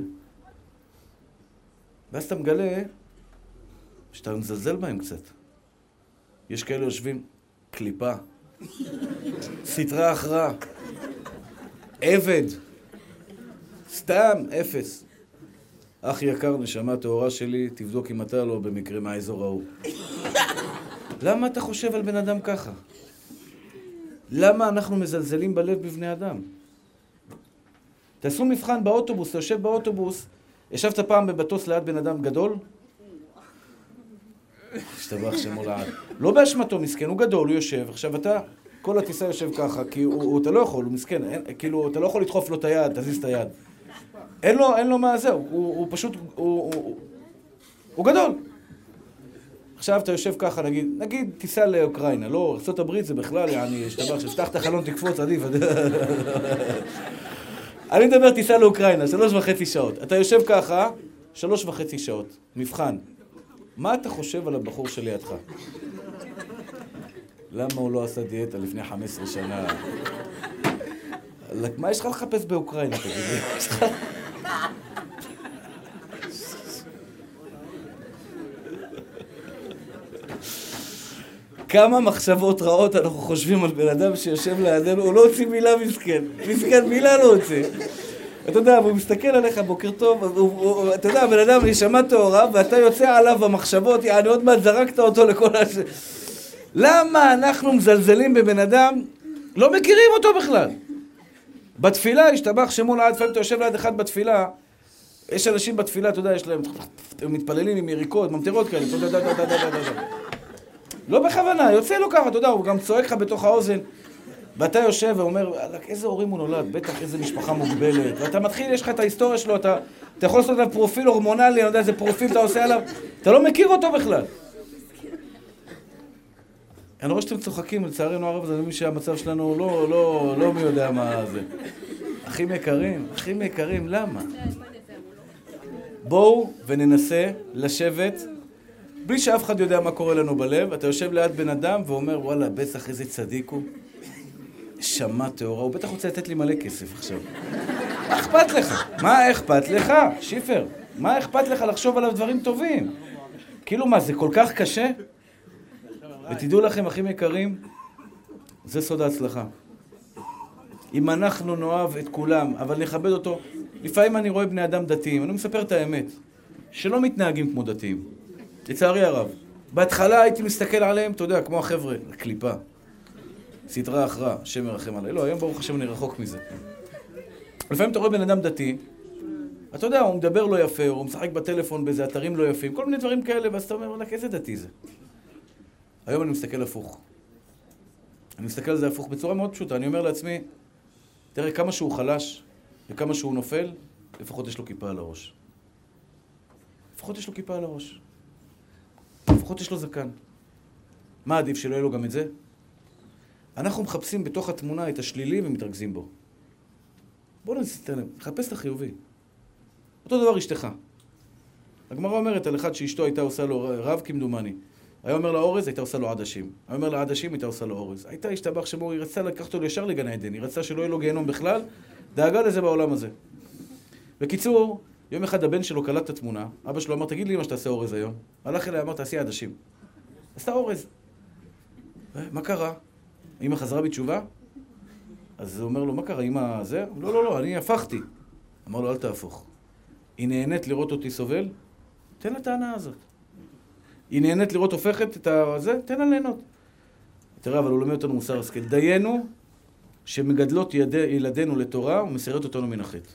ואז אתה מגלה שאתה מזלזל בהם קצת. יש כאלה יושבים, קליפה, סתרה אחרה, עבד, סתם, אפס. אח יקר, נשמה תאורה שלי, תבדוק אם אתה לא במקרה מהאזור ההוא. למה אתה חושב על בן אדם ככה? למה אנחנו מזלזלים בלב בבני אדם? תעשו מבחן באוטובוס, אתה יושב באוטובוס, ישבת פעם בבטוס ליד בן אדם גדול? השתבח שמולד. לא באשמתו, מסכן, הוא גדול, הוא יושב. עכשיו אתה, כל הטיסה יושב ככה, כי הוא, הוא, אתה לא יכול, הוא מסכן, אין, כאילו, אתה לא יכול לדחוף לו את היד, תזיז את היד. אין לו, אין לו מה זה, הוא, הוא פשוט, הוא, הוא, הוא גדול. עכשיו אתה יושב ככה, נגיד, נגיד, תיסע לאוקראינה, לא, ארצות הברית זה בכלל, יעני, השתבח, שפתח את החלון, תקפוץ, עדיף. אני מדבר, תיסע לאוקראינה, שלוש וחצי שעות. אתה יושב ככה, שלוש וחצי שעות, מבחן. מה אתה חושב על הבחור שלידך? למה הוא לא עשה דיאטה לפני חמש עשרה שנה? מה יש לך לחפש באוקראינה, תגידי? כמה מחשבות רעות אנחנו חושבים על בן אדם שיושב לידינו, הוא לא הוציא מילה מסכן. מסכן, מילה לא הוציא. אתה יודע, הוא מסתכל עליך בוקר טוב, הוא, הוא, אתה יודע, בן אדם נשמה תאורה, ואתה יוצא עליו במחשבות, יעני עוד מעט זרקת אותו לכל הש... למה אנחנו מזלזלים בבן אדם? לא מכירים אותו בכלל. בתפילה, השתבח שמול עד, לפעמים אתה יושב ליד אחד בתפילה, יש אנשים בתפילה, אתה יודע, יש להם, הם מתפללים עם יריקות, ממטרות כאלה, אתה יודע, אתה יודע, אתה יודע, אתה יודע. לא בכוונה, יוצא לו ככה, אתה יודע, הוא גם צועק לך בתוך האוזן, ואתה יושב ואומר, איזה הורים הוא נולד, בטח איזה משפחה מוגבלת, ואתה מתחיל, יש לך את ההיסטוריה שלו, אתה, אתה יכול לעשות עליו פרופיל הורמונלי, אני יודע איזה פרופיל אתה עושה עליו, אתה לא מכיר אותו בכלל. אני רואה שאתם צוחקים, לצערנו הרב, זה מי שהמצב שלנו לא, לא, לא מי יודע מה זה. אחים יקרים, אחים יקרים, למה? בואו וננסה לשבת, בלי שאף אחד יודע מה קורה לנו בלב, אתה יושב ליד בן אדם ואומר, וואלה, בטח איזה צדיק הוא. שמע תאורה, הוא בטח רוצה לתת לי מלא כסף עכשיו. מה אכפת לך? מה אכפת לך? שיפר, מה אכפת לך לחשוב עליו דברים טובים? כאילו מה, זה כל כך קשה? ותדעו לכם, אחים יקרים, זה סוד ההצלחה. אם אנחנו נאהב את כולם, אבל נכבד אותו, לפעמים אני רואה בני אדם דתיים, אני מספר את האמת, שלא מתנהגים כמו דתיים. לצערי הרב. בהתחלה הייתי מסתכל עליהם, אתה יודע, כמו החבר'ה, קליפה. סדרה אחרה, השם ירחם עליי. לא, היום ברוך השם אני רחוק מזה. לפעמים אתה רואה בן אדם דתי, אתה יודע, הוא מדבר לא יפה, הוא משחק בטלפון באיזה אתרים לא יפים, כל מיני דברים כאלה, ואז אתה אומר, וואלה, איזה דתי זה? היום אני מסתכל הפוך. אני מסתכל על זה הפוך בצורה מאוד פשוטה. אני אומר לעצמי, תראה כמה שהוא חלש וכמה שהוא נופל, לפחות יש לו כיפה על הראש. לפחות יש לו כיפה על הראש. לפחות יש לו זקן. מה עדיף, שלא יהיה לו גם את זה? אנחנו מחפשים בתוך התמונה את השלילי ומתרכזים בו. בואו נסתכל, נחפש את החיובי. אותו דבר אשתך. הגמרא אומרת על אחד שאשתו הייתה עושה לו רב כמדומני. היה אומר לה אורז, הייתה עושה לו עדשים. היה אומר לה עדשים, הייתה עושה לו אורז. הייתה השתבח שמו, היא רצתה לקחת אותו ישר לגן עדן. היא רצתה שלא יהיה לו גיהנום בכלל, דאגה לזה בעולם הזה. בקיצור, יום אחד הבן שלו קלט את התמונה, אבא שלו אמר, תגיד לי מה שתעשה אורז היום. הלך אליה, אמר, תעשי עדשים. עשתה אורז. מה קרה? אמא חזרה בתשובה? אז הוא אומר לו, מה קרה, אמא זה? לא, לא, לא, אני הפכתי. אמר לו, אל תהפוך. היא נהנית לראות אותי סובל? תן לה את ההנאה הזאת. היא נהנית לראות הופכת את זה? תן לה ליהנות. תראה, אבל הוא לומד אותנו מוסר השכל. דיינו שמגדלות ידי, ילדינו לתורה ומסירת אותנו מן החטא.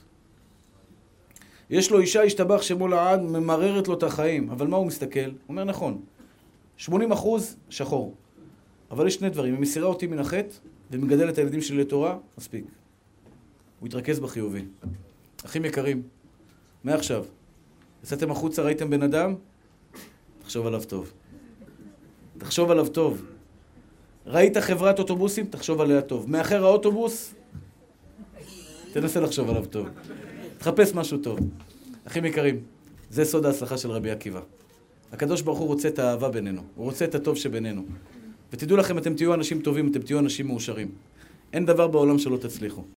יש לו אישה, השתבח שמו לעד, ממררת לו את החיים. אבל מה הוא מסתכל? הוא אומר, נכון, שמונים אחוז שחור. אבל יש שני דברים. היא מסירה אותי מן החטא ומגדל את הילדים שלי לתורה, מספיק. הוא יתרכז בחיובי. אחים יקרים, מעכשיו, יצאתם החוצה, ראיתם בן אדם? תחשוב עליו טוב. תחשוב עליו טוב. ראית חברת אוטובוסים? תחשוב עליה טוב. מאחר האוטובוס? תנסה לחשוב עליו טוב. תחפש משהו טוב. אחים יקרים, זה סוד ההצלחה של רבי עקיבא. הקדוש ברוך הוא רוצה את האהבה בינינו. הוא רוצה את הטוב שבינינו. ותדעו לכם, אתם תהיו אנשים טובים, אתם תהיו אנשים מאושרים. אין דבר בעולם שלא תצליחו.